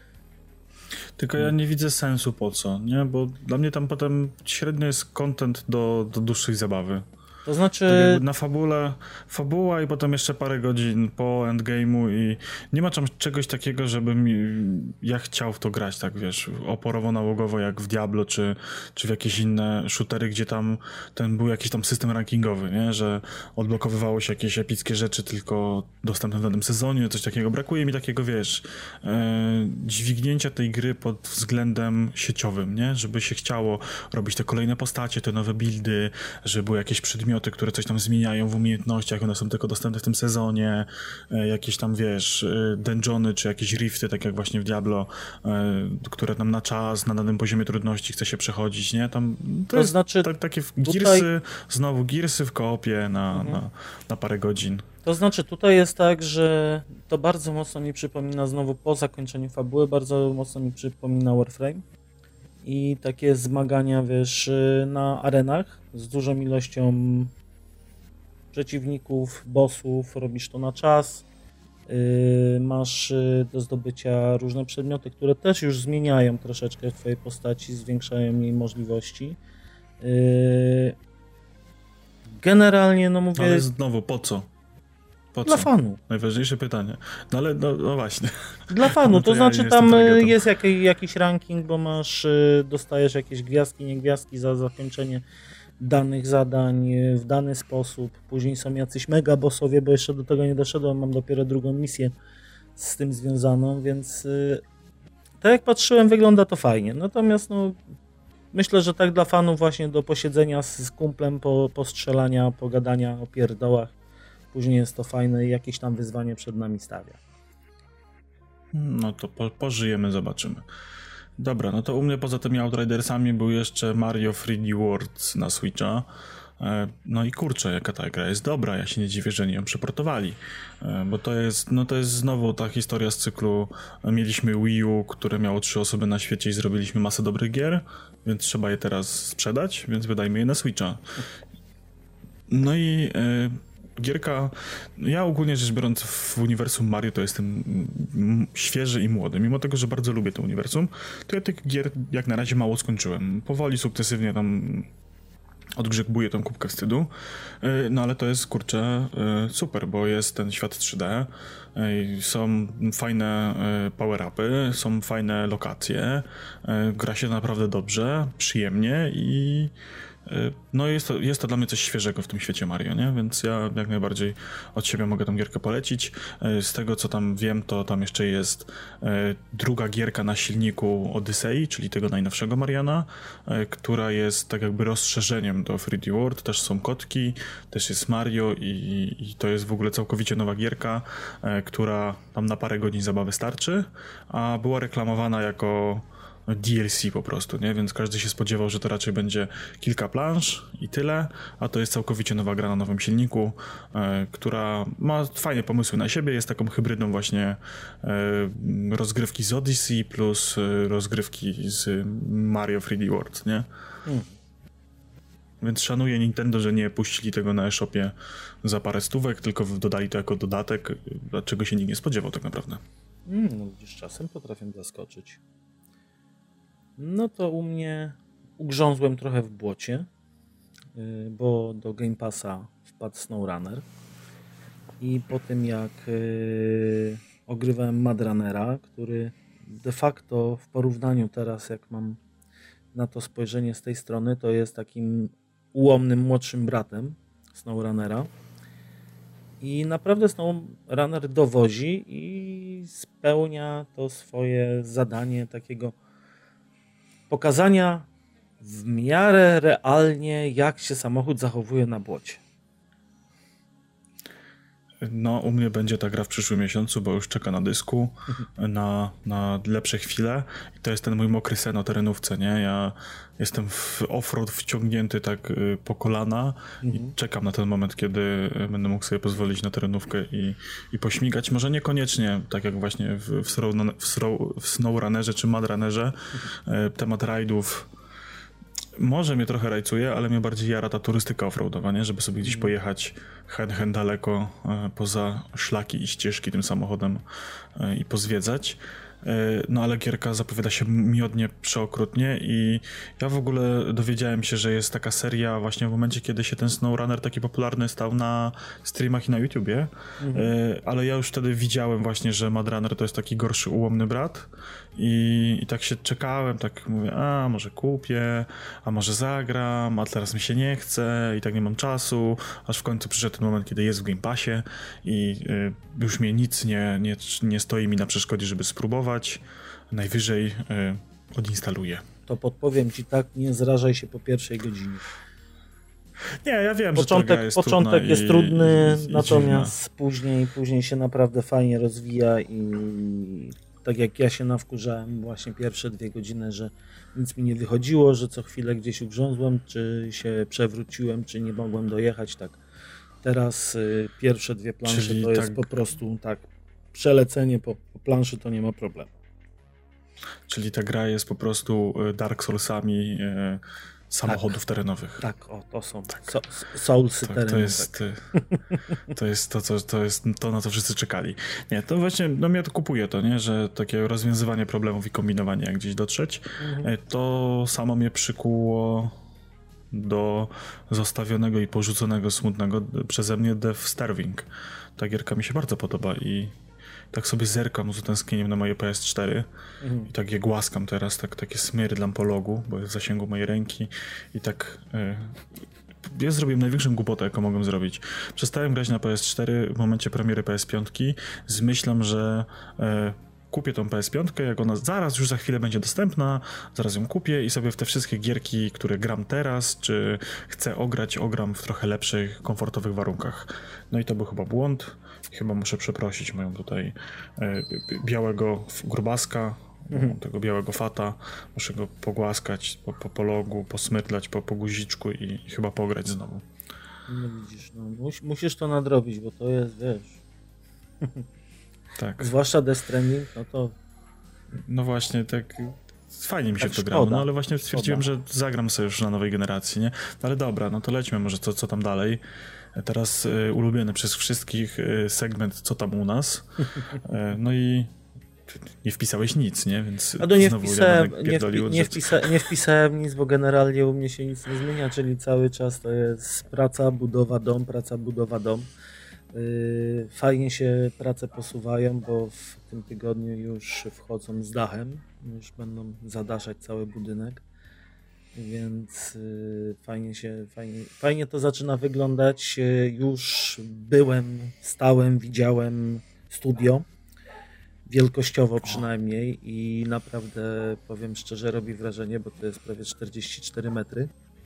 Tylko ja nie widzę sensu po co, nie? Bo dla mnie tam potem średnio jest content do, do dłuższej zabawy. To znaczy... Tak jakby na fabule, fabuła i potem jeszcze parę godzin po endgame'u i nie ma tam czegoś takiego, żebym ja chciał w to grać, tak wiesz, oporowo-nałogowo jak w Diablo, czy, czy w jakieś inne shootery, gdzie tam ten był jakiś tam system rankingowy, nie? Że odblokowywało się jakieś epickie rzeczy tylko dostępne w danym sezonie, coś takiego. Brakuje mi takiego, wiesz, e, dźwignięcia tej gry pod względem sieciowym, nie? Żeby się chciało robić te kolejne postacie, te nowe buildy, żeby były jakieś przedmioty, które coś tam zmieniają w umiejętnościach, one są tylko dostępne w tym sezonie, jakieś tam, wiesz, dungeony, czy jakieś rifty, tak jak właśnie w Diablo, które tam na czas, na danym poziomie trudności chce się przechodzić, nie? Tam to, to jest znaczy ta, takie tutaj... Gearsy, znowu Gearsy w koopie na, mhm. na, na parę godzin. To znaczy tutaj jest tak, że to bardzo mocno mi przypomina, znowu po zakończeniu fabuły, bardzo mocno mi przypomina Warframe. I takie zmagania, wiesz, na arenach z dużą ilością przeciwników, bossów, robisz to na czas, yy, masz do zdobycia różne przedmioty, które też już zmieniają troszeczkę w twojej postaci, zwiększają jej możliwości. Yy, generalnie, no mówię... Ale znowu, po co? Po Dla co? fanu. Najważniejsze pytanie. No ale, no, no właśnie. Dla fanu, no to, to ja znaczy nie tam jestem jest jakiś, jakiś ranking, bo masz, dostajesz jakieś gwiazdki, nie gwiazdki za zakończenie danych zadań w dany sposób. Później są jacyś mega bossowie, bo jeszcze do tego nie doszedłem, mam dopiero drugą misję z tym związaną, więc tak jak patrzyłem, wygląda to fajnie. Natomiast no, myślę, że tak dla fanów właśnie do posiedzenia z, z kumplem, po, postrzelania, pogadania o pierdołach, później jest to fajne i jakieś tam wyzwanie przed nami stawia. No to po, pożyjemy, zobaczymy. Dobra, no to u mnie poza tymi Outridersami był jeszcze Mario trzy D World na Switcha. No i kurczę, jaka ta gra jest dobra, ja się nie dziwię, że nie ją przeportowali, bo to jest, no to jest znowu ta historia z cyklu, mieliśmy Wii U, które miało trzy osoby na świecie i zrobiliśmy masę dobrych gier, więc trzeba je teraz sprzedać, więc wydajmy je na Switcha. No i e, gierka, ja ogólnie rzecz biorąc w uniwersum Mario to jestem świeży i młody, mimo tego, że bardzo lubię to uniwersum, to ja tych gier jak na razie mało skończyłem, powoli, sukcesywnie tam odgrzebuje tą kubkę wstydu, no ale to jest, kurczę, super, bo jest ten świat trzy D, są fajne power-upy, są fajne lokacje, gra się naprawdę dobrze, przyjemnie i no jest to, jest to dla mnie coś świeżego w tym świecie Mario, nie? Więc ja jak najbardziej od siebie mogę tą gierkę polecić. Z tego co tam wiem, to tam jeszcze jest druga gierka na silniku Odyssey, czyli tego najnowszego Mariana, która jest tak jakby rozszerzeniem do trzy D World. Też są kotki, też jest Mario i, i to jest w ogóle całkowicie nowa gierka, która tam na parę godzin zabawy starczy, a była reklamowana jako D L C po prostu, nie? Więc każdy się spodziewał, że to raczej będzie kilka plansz i tyle, a to jest całkowicie nowa gra na nowym silniku, e, która ma fajne pomysły na siebie, jest taką hybrydną właśnie e, rozgrywki z Odyssey plus e, rozgrywki z Mario trzy D World, nie? Hmm. Więc szanuję Nintendo, że nie puścili tego na e-shopie za parę stówek, tylko dodali to jako dodatek, czego się nikt nie spodziewał tak naprawdę. Hmm, no widzisz, czasem potrafię zaskoczyć. No to u mnie ugrzązłem trochę w błocie, bo do Game Passa wpadł SnowRunner i po tym jak yy, ogrywałem Mad Runnera, który de facto w porównaniu teraz, jak mam na to spojrzenie z tej strony, to jest takim ułomnym młodszym bratem SnowRunnera i naprawdę SnowRunner dowozi i spełnia to swoje zadanie takiego pokazania w miarę realnie, jak się samochód zachowuje na błocie. No, u mnie będzie ta gra w przyszłym miesiącu, bo już czeka na dysku, na, na lepsze chwile i to jest ten mój mokry sen o terenówce, nie? Ja jestem w offroad wciągnięty tak y, po kolana mhm. i czekam na ten moment, kiedy będę mógł sobie pozwolić na terenówkę i, i pośmigać. Może niekoniecznie, tak jak właśnie w, w, Snow, w, Snow, w SnowRunnerze czy Mad Runnerze, y, temat rajdów może mnie trochę rajcuje, ale mnie bardziej jara ta turystyka offroadowa, nie? Żeby sobie gdzieś pojechać hen, hen daleko e, poza szlaki i ścieżki tym samochodem e, i pozwiedzać. E, no ale gierka zapowiada się miodnie, przeokrutnie i ja w ogóle dowiedziałem się, że jest taka seria właśnie w momencie, kiedy się ten SnowRunner taki popularny stał na streamach i na YouTubie, mhm. e, ale ja już wtedy widziałem właśnie, że Mad Runner to jest taki gorszy, ułomny brat. I, I tak się czekałem, tak mówię, a może kupię, a może zagram, a teraz mi się nie chce i tak nie mam czasu, aż w końcu przyszedł ten moment, kiedy jest w Game Passie i y, już mnie nic nie, nie, nie stoi mi na przeszkodzie, żeby spróbować, najwyżej y, odinstaluję. To podpowiem ci tak, nie zrażaj się po pierwszej godzinie. Nie, ja wiem, początek, że ta gra jest Początek jest i, trudny, i, i natomiast później, później się naprawdę fajnie rozwija i tak jak ja się nawkurzałem właśnie pierwsze dwie godziny, że nic mi nie wychodziło, że co chwilę gdzieś ugrzązłem, czy się przewróciłem, czy nie mogłem dojechać, tak. Teraz y, pierwsze dwie plansze Czyli to tak... jest po prostu tak, przelecenie po, po planszy to nie ma problemu. Czyli ta gra jest po prostu Dark Soulsami y, samochodów tak, terenowych. Tak, o, to są tak. so, Soulsy tak, terenowe. To jest, to jest to, co, to jest to, na co wszyscy czekali. Nie, to właśnie, no ja to kupuję to, nie, że takie rozwiązywanie problemów i kombinowanie, jak gdzieś dotrzeć, mhm. to samo mnie przykuło do zostawionego i porzuconego, smutnego przeze mnie Death Starving. Ta gierka mi się bardzo podoba i tak sobie zerkam z utęsknieniem na moje P S cztery mhm. i tak je głaskam teraz, tak, takie smyrydlam po logu, bo jest w zasięgu mojej ręki i tak y, ja zrobiłem największą głupotę, jaką mogłem zrobić. Przestałem grać na P S cztery w momencie premiery P S pięć z myślą, że y, kupię tą P S pięć, jak ona zaraz, już za chwilę będzie dostępna, zaraz ją kupię i sobie w te wszystkie gierki, które gram teraz, czy chcę ograć, ogram w trochę lepszych, komfortowych warunkach. No i to był chyba błąd. Chyba muszę przeprosić moją tutaj e, białego grubaska, mhm. tego białego fata. Muszę go pogłaskać po, po, po logu, posmydlać po, po guziczku i, i chyba pograć znowu. No widzisz, no, mus, musisz to nadrobić, bo to jest, wiesz... Tak. Zwłaszcza Death Stranding, no to... No właśnie, tak fajnie mi się tak to szkoda. grało, no ale właśnie stwierdziłem, szkoda. że zagram sobie już na nowej generacji, nie? Ale dobra, no to lećmy może co, co tam dalej. Teraz y, ulubiony przez wszystkich y, segment Co tam u nas. Y, no i nie wpisałeś nic, nie? Więc A no nie znowu wpisałem, nie, wpi- nie, wpisa, nie wpisałem nic, bo generalnie u mnie się nic nie zmienia, czyli cały czas to jest praca, budowa, dom, praca, budowa, dom. Yy, fajnie się prace posuwają, bo w tym tygodniu już wchodzą z dachem, już będą zadaszać cały budynek, więc yy, fajnie się, fajnie, fajnie to zaczyna wyglądać. Yy, już byłem, stałem, widziałem studio, wielkościowo przynajmniej, i naprawdę, powiem szczerze, robi wrażenie, bo to jest prawie czterdzieści cztery metry.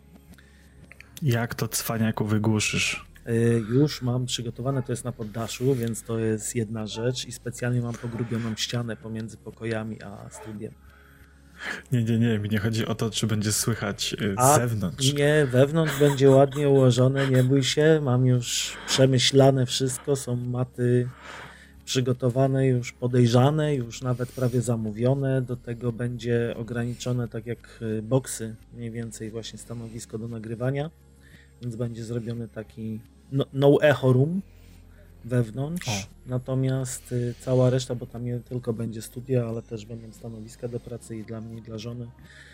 Jak to cwaniaku wygłuszysz? Już mam przygotowane, to jest na poddaszu, więc to jest jedna rzecz i specjalnie mam pogrubioną ścianę pomiędzy pokojami a studiem. Nie, nie, nie, mi nie chodzi o to, czy będzie słychać z a zewnątrz. Nie, wewnątrz będzie ładnie ułożone, nie bój się, mam już przemyślane wszystko, są maty przygotowane, już podejrzane, już nawet prawie zamówione, do tego będzie ograniczone, tak jak boksy, mniej więcej właśnie stanowisko do nagrywania, więc będzie zrobiony taki no, no echo room wewnątrz, o. Natomiast y, cała reszta, bo tam nie tylko będzie studia, ale też będą stanowiska do pracy i dla mnie, i dla żony,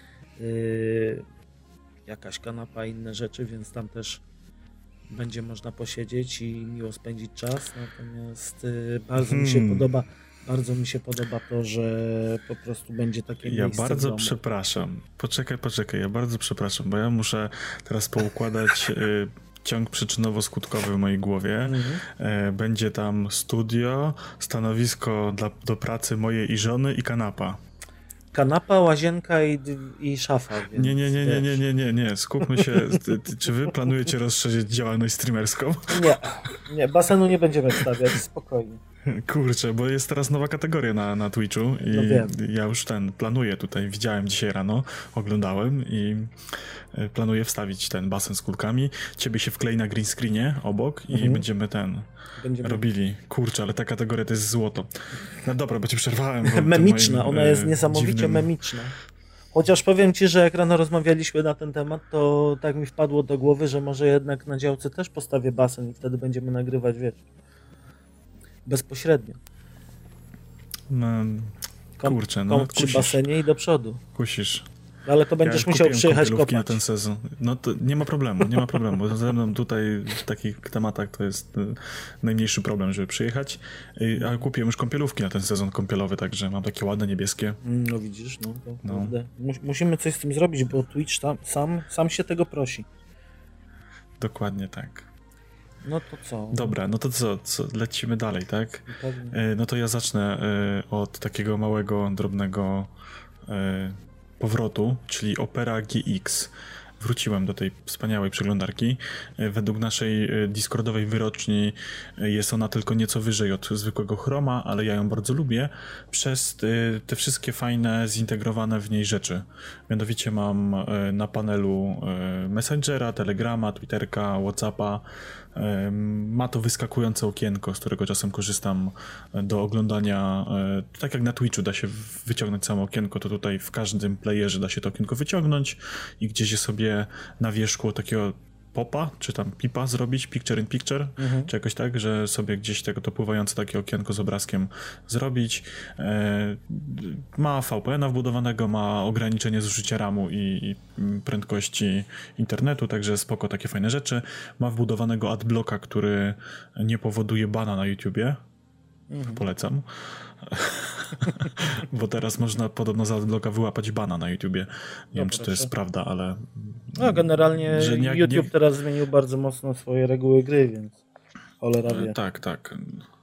y, jakaś kanapa i inne rzeczy, więc tam też będzie można posiedzieć i miło spędzić czas, natomiast y, bardzo hmm. mi się podoba bardzo mi się podoba to, że po prostu będzie takie ja miejsce. Ja bardzo przepraszam. Poczekaj, poczekaj, ja bardzo przepraszam, bo ja muszę teraz poukładać y, ciąg przyczynowo-skutkowy w mojej głowie. Mm-hmm. y, będzie tam studio, stanowisko dla, do pracy mojej i żony i kanapa. Kanapa, łazienka i, i szafa. Więc nie, nie, nie, nie, nie, nie, nie, nie. Skupmy się. Czy wy planujecie rozszerzyć działalność streamerską? Nie, nie, basenu nie będziemy wstawiać, spokojnie. Kurczę, bo jest teraz nowa kategoria na, na Twitchu i no ja już ten planuję tutaj, widziałem dzisiaj rano, oglądałem i planuję wstawić ten basen z kulkami. Ciebie się wklei na green screenie obok i mhm. będziemy ten będziemy robili. Kurczę, ale ta kategoria to jest złoto. No dobra, bo cię przerwałem. Memiczna, moim, ona jest niesamowicie dziwnym... memiczna. Chociaż powiem ci, że jak rano rozmawialiśmy na ten temat, to tak mi wpadło do głowy, że może jednak na działce też postawię basen i wtedy będziemy nagrywać, wiesz, bezpośrednio. No, kurczę, no kąt przy basenie i do przodu. Kusisz. Ale to będziesz ja musiał przyjechać kopać. Na ten sezon. No to nie ma problemu, nie ma problemu, bo ze mną tutaj w takich tematach to jest najmniejszy problem, żeby przyjechać. A kupiłem już kąpielówki na ten sezon kąpielowy, także mam takie ładne niebieskie. No widzisz, no to no. Musimy coś z tym zrobić, bo Twitch tam, sam, sam się tego prosi. Dokładnie tak. No to co? Dobra, no to co, co? Lecimy dalej, tak? Pewnie. No to ja zacznę od takiego małego, drobnego powrotu, czyli Opera G X. Wróciłem do tej wspaniałej przeglądarki. Według naszej discordowej wyroczni jest ona tylko nieco wyżej od zwykłego Chroma, ale ja ją bardzo lubię przez te wszystkie fajne, zintegrowane w niej rzeczy. Mianowicie mam na panelu Messengera, Telegrama, Twitterka, Whatsappa. Ma to wyskakujące okienko, z którego czasem korzystam do oglądania. Tak jak na Twitchu da się wyciągnąć samo okienko, to tutaj w każdym playerze da się to okienko wyciągnąć i gdzieś je sobie na wierzchu takiego popa, czy tam pipa zrobić, picture in picture, mhm. czy jakoś tak, że sobie gdzieś tego to pływające takie okienko z obrazkiem zrobić. E, ma V P N a wbudowanego, ma ograniczenie zużycia ramu i, i prędkości internetu, także spoko, takie fajne rzeczy. Ma wbudowanego adblocka, który nie powoduje bana na YouTubie. Mhm. Polecam. Bo teraz można podobno za adblocka wyłapać bana na YouTubie. Nie no, wiem, proszę. Czy to jest prawda, ale... No generalnie że nie, YouTube nie... teraz zmienił bardzo mocno swoje reguły gry, więc cholera wie. Tak, tak.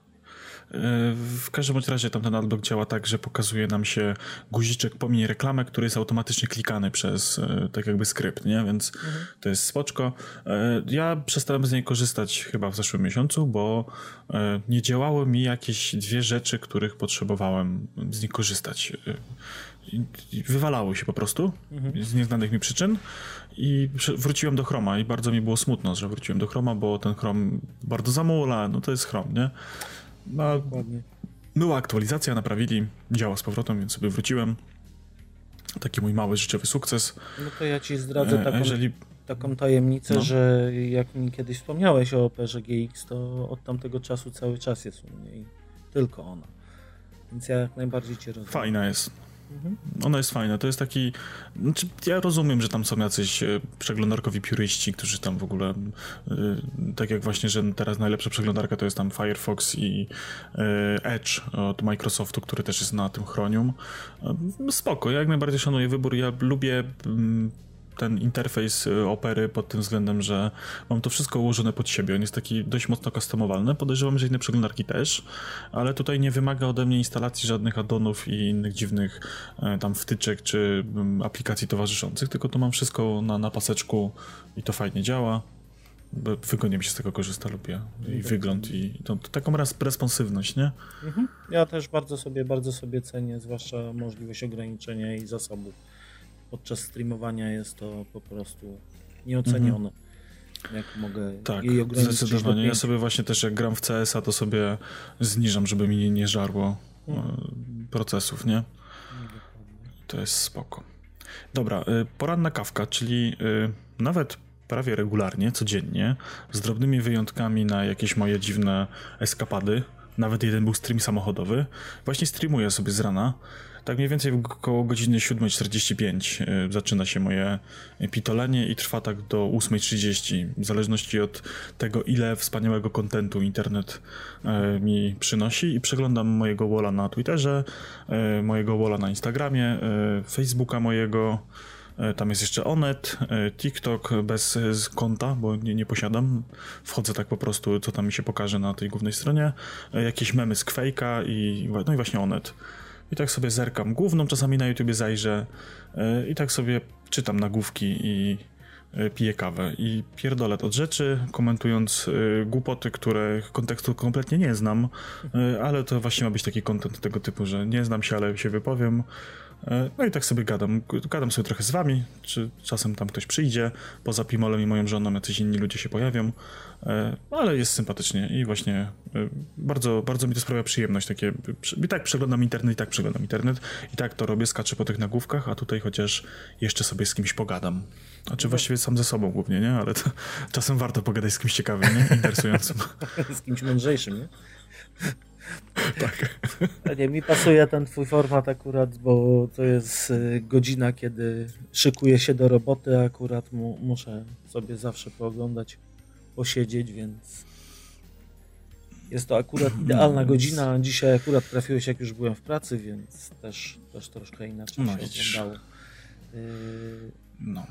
W każdym bądź razie tam ten adblock działa tak, że pokazuje nam się guziczek pomiń reklamę, który jest automatycznie klikany przez tak jakby skrypt, nie? Więc mhm. to jest spoczko. Ja przestałem z niej korzystać chyba w zeszłym miesiącu, bo nie działały mi jakieś dwie rzeczy, których potrzebowałem z niej korzystać. Wywalały się po prostu mhm. z nieznanych mi przyczyn i wróciłem do Chroma i bardzo mi było smutno, że wróciłem do Chroma, bo ten Chrom bardzo zamula, no to jest Chrom, nie? No, była aktualizacja, naprawili, działa z powrotem, więc sobie wróciłem. Taki mój mały życiowy sukces. No to ja ci zdradzę taką, jeżeli... taką tajemnicę, no. że jak mi kiedyś wspomniałeś o Operze G X, to od tamtego czasu cały czas jest u mnie i tylko ona. Więc ja jak najbardziej cię rozumiem. Fajna jest. Mhm. Ona jest fajna, to jest taki... Znaczy, ja rozumiem, że tam są jacyś przeglądarkowi piuryści, którzy tam w ogóle... Yy, tak jak właśnie, że teraz najlepsza przeglądarka to jest tam Firefox i yy, Edge od Microsoftu, który też jest na tym Chromium. Yy, spoko, ja jak najbardziej szanuję wybór, ja lubię... Yy, ten interfejs Opery pod tym względem, że mam to wszystko ułożone pod siebie. On jest taki dość mocno customowalny. Podejrzewam, że inne przeglądarki też, ale tutaj nie wymaga ode mnie instalacji żadnych addonów i innych dziwnych e, tam wtyczek czy m, aplikacji towarzyszących, tylko to mam wszystko na, na paseczku i to fajnie działa. Wygodnie mi się z tego korzysta, lubię i tak, wygląd i to, to taką res, responsywność, nie? Mhm. Ja też bardzo sobie, bardzo sobie cenię, zwłaszcza możliwość ograniczenia jej zasobów. Podczas streamowania jest to po prostu nieocenione. Mm-hmm. Jak mogę tak, jej ograniczyć. Zdecydowanie. Ja sobie właśnie też jak gram w C S a, to sobie zniżam, żeby mi nie żarło mm. procesów, nie? To jest spoko. Dobra, poranna kawka, czyli nawet prawie regularnie, codziennie, z drobnymi wyjątkami na jakieś moje dziwne eskapady. Nawet jeden był stream samochodowy. Właśnie streamuję sobie z rana. Tak mniej więcej około godziny siódma czterdzieści pięć y, zaczyna się moje pitolenie i trwa tak do ósma trzydzieści, w zależności od tego, ile wspaniałego kontentu internet y, mi przynosi i przeglądam mojego walla na Twitterze, y, mojego walla na Instagramie, y, Facebooka mojego, y, tam jest jeszcze Onet, y, TikTok bez z konta, bo nie, nie posiadam, wchodzę tak po prostu, co tam mi się pokaże na tej głównej stronie, y, jakieś memy z Quake'a i no i właśnie Onet. I tak sobie zerkam główną, czasami na YouTubie zajrzę yy, i tak sobie czytam nagłówki i yy, piję kawę. I pierdolę od rzeczy, komentując yy, głupoty, które kontekstu kompletnie nie znam, yy, ale to właśnie ma być taki content tego typu, że nie znam się, ale się wypowiem. Yy, no i tak sobie gadam. Gadam sobie trochę z wami, czy czasem tam ktoś przyjdzie, poza Pimolem i moją żoną jacyś inni ludzie się pojawią. Ale jest sympatycznie i właśnie bardzo, bardzo mi to sprawia przyjemność. Takie, i tak przeglądam internet, i tak przeglądam internet, i tak to robię, skaczę po tych nagłówkach, a tutaj chociaż jeszcze sobie z kimś pogadam. Znaczy właściwie sam ze sobą głównie, nie? Ale to czasem warto pogadać z kimś ciekawym, nie? Interesującym. Z kimś mądrzejszym, nie? Tak. Nie, mi pasuje ten twój format akurat, bo to jest godzina, kiedy szykuję się do roboty, a akurat mu, muszę sobie zawsze pooglądać, posiedzieć, więc jest to akurat idealna godzina, a dzisiaj akurat trafiłeś, jak już byłem w pracy, więc też, też troszkę inaczej no, się widzisz. oglądało. Yy... No.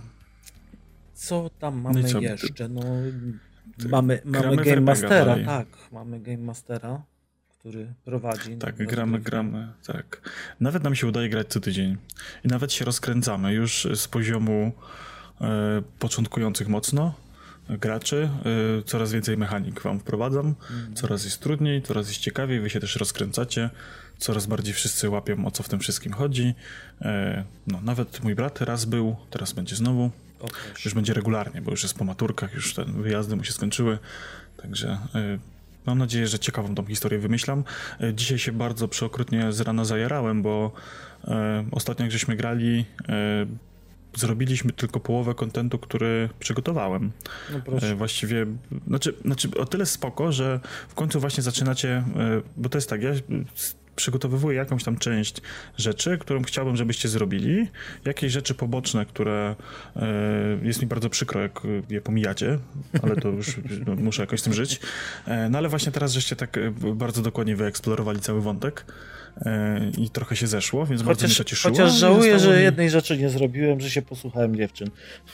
Co tam mamy no co? jeszcze? No, mamy mamy Game Mastera, dalej. tak, mamy Game Mastera, który prowadzi. Tak, gramy, gramy, tak. Nawet nam się udaje grać co tydzień. I nawet się rozkręcamy już z poziomu e, początkujących mocno graczy, y, coraz więcej mechanik wam wprowadzam, mm. coraz jest trudniej, coraz jest ciekawiej, wy się też rozkręcacie, coraz bardziej wszyscy łapią, o co w tym wszystkim chodzi. Y, no, nawet mój brat raz był, teraz będzie znowu, o, już będzie regularnie, bo już jest po maturkach, już te wyjazdy mu się skończyły, także y, mam nadzieję, że ciekawą tą historię wymyślam. Y, dzisiaj się bardzo przeokrutnie z rana zajarałem, bo y, ostatnio jak żeśmy grali, y, zrobiliśmy tylko połowę kontentu, który przygotowałem. No proszę. Właściwie, znaczy, znaczy o tyle spoko, że w końcu właśnie zaczynacie, bo to jest tak, ja przygotowywuję jakąś tam część rzeczy, którą chciałbym, żebyście zrobili. Jakieś rzeczy poboczne, które jest mi bardzo przykro, jak je pomijacie, ale to już no, muszę jakoś z tym żyć. No ale właśnie teraz, żeście tak bardzo dokładnie wyeksplorowali cały wątek i trochę się zeszło, więc chociaż, bardzo mnie to cieszyło. Chociaż żałuję, że mi... jednej rzeczy nie zrobiłem, że się posłuchałem dziewczyn.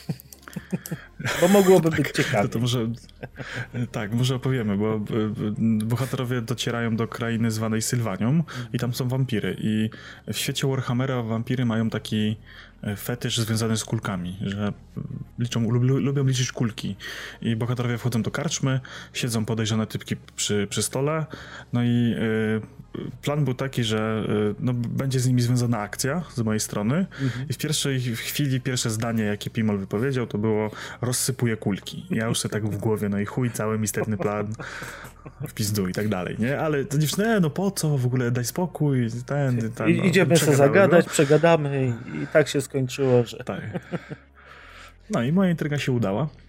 Bo mogłoby tak, być ciekawe. To, to może, tak, może opowiemy, bo bohaterowie docierają do krainy zwanej Sylwanią i tam są wampiry. I w świecie Warhammera wampiry mają taki fetysz związany z kulkami, że liczą, lubią, lubią liczyć kulki. I bohaterowie wchodzą do karczmy, siedzą podejrzane typki przy, przy stole, no i y, plan był taki, że y, no, będzie z nimi związana akcja z mojej strony mhm. i w pierwszej chwili pierwsze zdanie, jakie Pimol wypowiedział, to było rozsypuje kulki. Ja już sobie tak w głowie, no i chuj, cały misterny plan w pizdu i tak dalej, nie? Ale to dziewczyny, no po co, w ogóle daj spokój, ten, ten I, no, idziemy sobie zagadać, go. przegadamy i, i tak się skończyło, że... Tak. No i moja intryga się udała.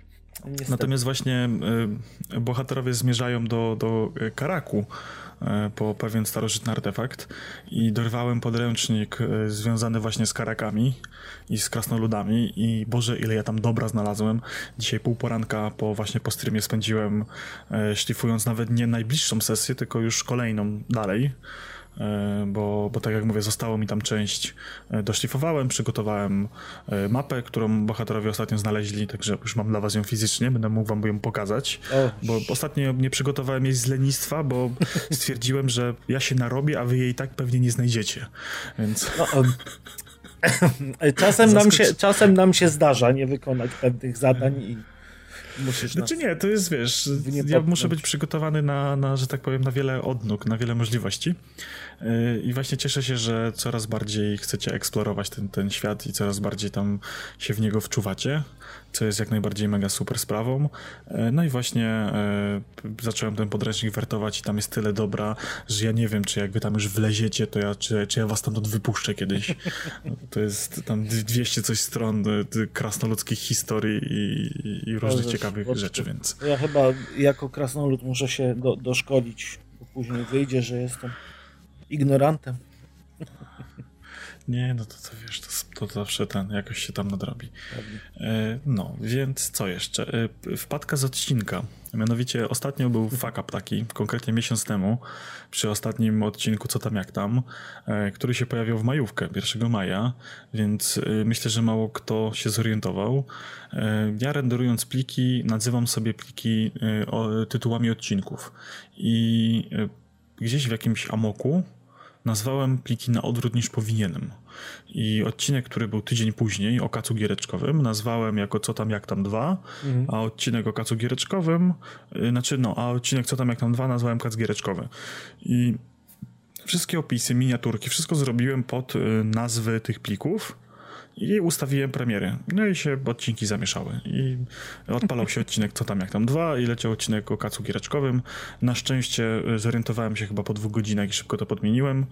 Niestety. Natomiast właśnie y, bohaterowie zmierzają do, do Karaku y, po pewien starożytny artefakt i dorwałem podręcznik y, związany właśnie z Karakami i z krasnoludami i Boże, ile ja tam dobra znalazłem. Dzisiaj pół poranka po właśnie po streamie spędziłem y, szlifując nawet nie najbliższą sesję, tylko już kolejną dalej. Bo, bo tak jak mówię, zostało mi tam część, doszlifowałem, przygotowałem mapę, którą bohaterowie ostatnio znaleźli, także już mam dla was ją fizycznie, będę mógł wam ją pokazać, oh. bo ostatnio nie przygotowałem jej z lenistwa, bo stwierdziłem, że ja się narobię, a wy jej tak pewnie nie znajdziecie, więc... No, um. czasem, nam się, czasem nam się zdarza nie wykonać pewnych zadań i musisz znaczy nie, to jest, wiesz, ja muszę być przygotowany na, na, że tak powiem, na wiele odnóg, na wiele możliwości i właśnie cieszę się, że coraz bardziej chcecie eksplorować ten, ten świat i coraz bardziej tam się w niego wczuwacie, co jest jak najbardziej mega super sprawą. No i właśnie e, zacząłem ten podręcznik wertować i tam jest tyle dobra, że ja nie wiem, czy jak wy tam już wleziecie, to ja, czy, czy ja was tam wypuszczę kiedyś. To jest tam dwieście coś stron krasnoludzkich historii i, i różnych ciekawych Boże, rzeczy, więc... Ja chyba jako krasnolud muszę się do, doszkolić, bo później wyjdzie, że jestem ignorantem. Nie, no to, to wiesz, to, to zawsze ten jakoś się tam nadrobi. E, no, więc co jeszcze? E, wpadka z odcinka. Mianowicie ostatnio był fuck up taki, konkretnie miesiąc temu, przy ostatnim odcinku Co tam jak tam, e, który się pojawił w majówkę, pierwszego maja, więc e, myślę, że mało kto się zorientował. E, ja renderując pliki, nazywam sobie pliki e, o, tytułami odcinków i e, gdzieś w jakimś amoku nazwałem pliki na odwrót niż powinienem. I odcinek, który był tydzień później o kacu giereczkowym, nazwałem jako Co tam jak tam dwa, mhm. a odcinek o kacu giereczkowym, yy, znaczy no, a odcinek Co tam jak tam dwa nazwałem kac giereczkowy. I wszystkie opisy, miniaturki, wszystko zrobiłem pod yy, nazwy tych plików i ustawiłem premiery. No i się odcinki zamieszały. I odpalał się odcinek Co tam jak tam dwa i leciał odcinek o kacu giereczkowym. Na szczęście zorientowałem się chyba po dwóch godzinach i szybko to podmieniłem.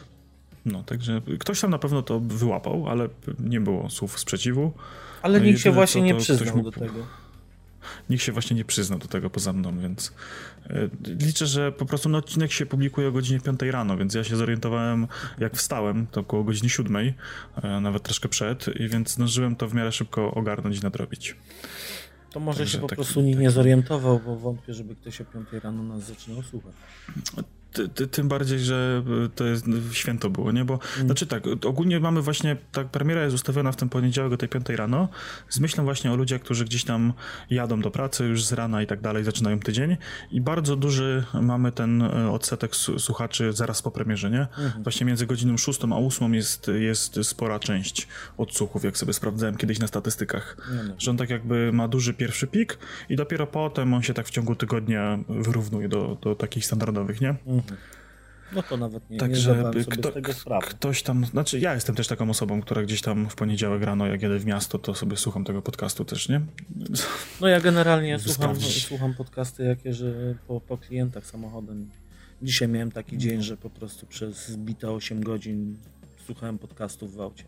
No, także ktoś tam na pewno to wyłapał, ale nie było słów sprzeciwu. Ale nikt się właśnie nie przyznał mógł... do tego. Nikt się właśnie nie przyznał do tego poza mną, więc liczę, że po prostu no, odcinek się publikuje o godzinie piątej rano, więc ja się zorientowałem jak wstałem, to około godziny siódmej, nawet troszkę przed, i więc zdążyłem to w miarę szybko ogarnąć i nadrobić. To może Także się po taki, prostu nikt taki... nie zorientował, bo wątpię, żeby ktoś o piątej rano nas zaczynał słuchać. Ty, ty, tym bardziej, że to jest święto było, nie? Bo mm. znaczy tak, ogólnie mamy właśnie, ta premiera jest ustawiona w ten poniedziałek o tej piątej rano, z myślą właśnie o ludziach, którzy gdzieś tam jadą do pracy już z rana i tak dalej, zaczynają tydzień i bardzo duży mamy ten odsetek słuchaczy zaraz po premierze, nie? Mm. Właśnie między godziną szóstą a ósmą jest, jest spora część odsłuchów, jak sobie sprawdzałem kiedyś na statystykach, mm. że on tak jakby ma duży pierwszy pik i dopiero potem on się tak w ciągu tygodnia wyrównuje do, do takich standardowych, nie? Mm. No to nawet nie, Także nie zdawałem sobie kto, z tego sprawy. Ktoś tam, znaczy ja jestem też taką osobą, która gdzieś tam w poniedziałek rano, jak jedę w miasto, to sobie słucham tego podcastu też, nie? No ja generalnie słucham, słucham podcasty jakie, że po, po klientach samochodem. Dzisiaj miałem taki dzień, że po prostu przez zbite osiem godzin słuchałem podcastów w aucie.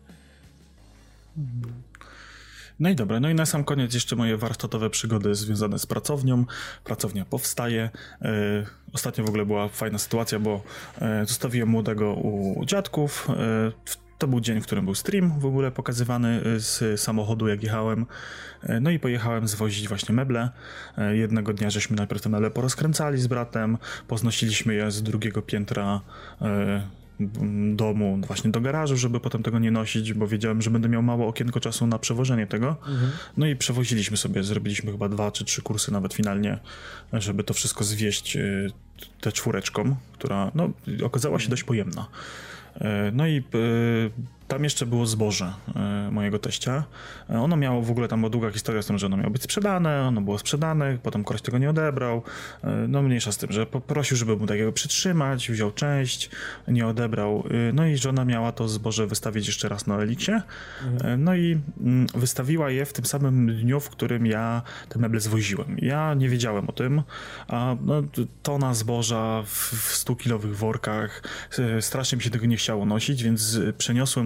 No i dobra, no i na sam koniec jeszcze moje warsztatowe przygody związane z pracownią. Pracownia powstaje. Yy, ostatnio w ogóle była fajna sytuacja, bo yy, zostawiłem młodego u dziadków. Yy, to był dzień, w którym był stream w ogóle pokazywany z samochodu, jak jechałem. Yy, no i pojechałem zwozić właśnie meble. Yy, jednego dnia żeśmy najpierw te meble porozkręcali z bratem, poznosiliśmy je z drugiego piętra yy, domu właśnie do garażu, żeby potem tego nie nosić, bo wiedziałem, że będę miał mało okienko czasu na przewożenie tego. Mhm. No i przewoziliśmy sobie, zrobiliśmy chyba dwa czy trzy kursy nawet finalnie, żeby to wszystko zwieść tę czwóreczką, która no, okazała się dość pojemna. No i tam jeszcze było zboże mojego teścia. Ono miało w ogóle, tam była długa historia z tym, że ono miało być sprzedane, ono było sprzedane, potem koleś tego nie odebrał. No mniejsza z tym, że poprosił, żeby mu takiego przytrzymać, wziął część, nie odebrał. No i żona miała to zboże wystawić jeszcze raz na Eliksie. Mhm. No i wystawiła je w tym samym dniu, w którym ja te meble zwoziłem. Ja nie wiedziałem o tym, a no, tona zboża w stu kilowych workach, strasznie mi się tego nie chciało nosić, więc przeniosłem do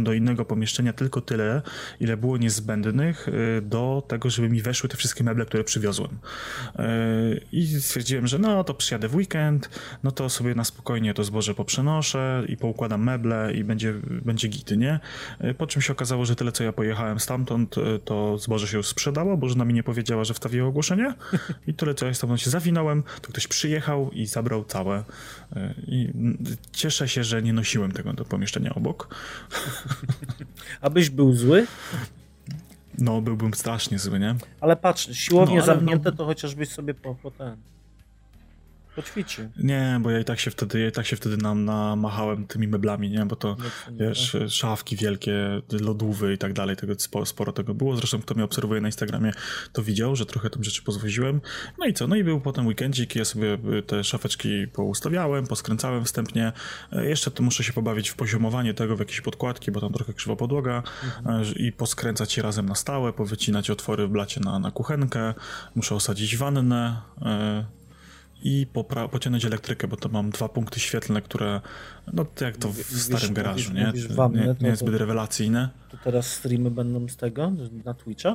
do innego pomieszczenia tylko tyle, ile było niezbędnych do tego, żeby mi weszły te wszystkie meble, które przywiozłem. I stwierdziłem, że no to przyjadę w weekend, no to sobie na spokojnie to zboże poprzenoszę i poukładam meble i będzie, będzie gity, nie? Po czym się okazało, że tyle co ja pojechałem stamtąd, to zboże się już sprzedało, bo żona mi nie powiedziała, że wstawiła ogłoszenie i tyle co ja stamtąd się zawinąłem, to ktoś przyjechał i zabrał całe. I cieszę się, że nie nosiłem tego do pomieszczenia obok. Abyś był zły? No, byłbym strasznie zły, nie? Ale patrz, siłownie no, ale zamknięte, no... to chociażbyś sobie po, po ten... poćwiczył. Nie, bo ja i tak się wtedy, ja i tak się wtedy nam namachałem tymi meblami, nie? Bo to, nie, wiesz, tak? Szafki wielkie, lodówy i tak dalej, tego, sporo, sporo tego było. Zresztą kto mnie obserwuje na Instagramie, to widział, że trochę tam rzeczy pozwoziłem. No i co? No i był potem weekendzik, ja sobie te szafeczki poustawiałem, poskręcałem wstępnie. Jeszcze to muszę się pobawić w poziomowanie tego, w jakieś podkładki, bo tam trochę krzywa podłoga mhm. i poskręcać je razem na stałe, powycinać otwory w blacie na, na kuchenkę. Muszę osadzić wannę, i popra- pociągnąć elektrykę, bo to mam dwa punkty świetlne, które, no jak to w mówisz, starym garażu, mówisz, nie? Wannę, nie, nie jest zbyt rewelacyjne. To teraz streamy będą z tego, na Twitcha?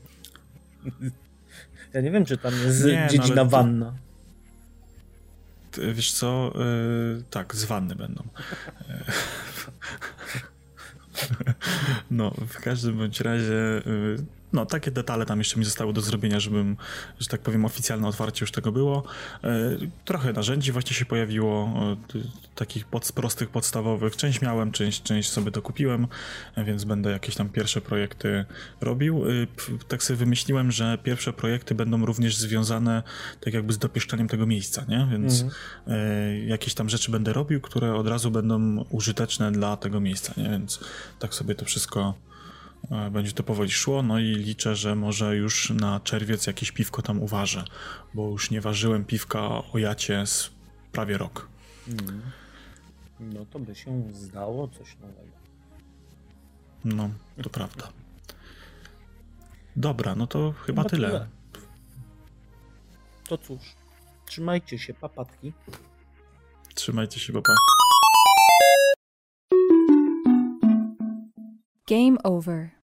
Ja nie wiem, czy tam jest nie, dziedzina no, ale wanna. To, wiesz co, yy, tak, z wanny będą. No, w każdym bądź razie... Yy, No, takie detale tam jeszcze mi zostały do zrobienia, żebym, że tak powiem, oficjalne otwarcie już tego było. Trochę narzędzi właśnie się pojawiło, takich pod, prostych, podstawowych. Część miałem, część, część sobie dokupiłem, więc będę jakieś tam pierwsze projekty robił. Tak sobie wymyśliłem, że pierwsze projekty będą również związane tak jakby z dopieszczaniem tego miejsca, nie? Więc mhm. jakieś tam rzeczy będę robił, które od razu będą użyteczne dla tego miejsca, nie? Więc tak sobie to wszystko... będzie to powoli szło, no i liczę, że może już na czerwiec jakieś piwko tam uważę, bo już nie ważyłem piwka o jacie z prawie rok. Hmm. No to by się zdało coś nowego. No, to prawda. Dobra, no to chyba, chyba tyle. tyle. To cóż, trzymajcie się, papatki. Trzymajcie się, papa. Game over.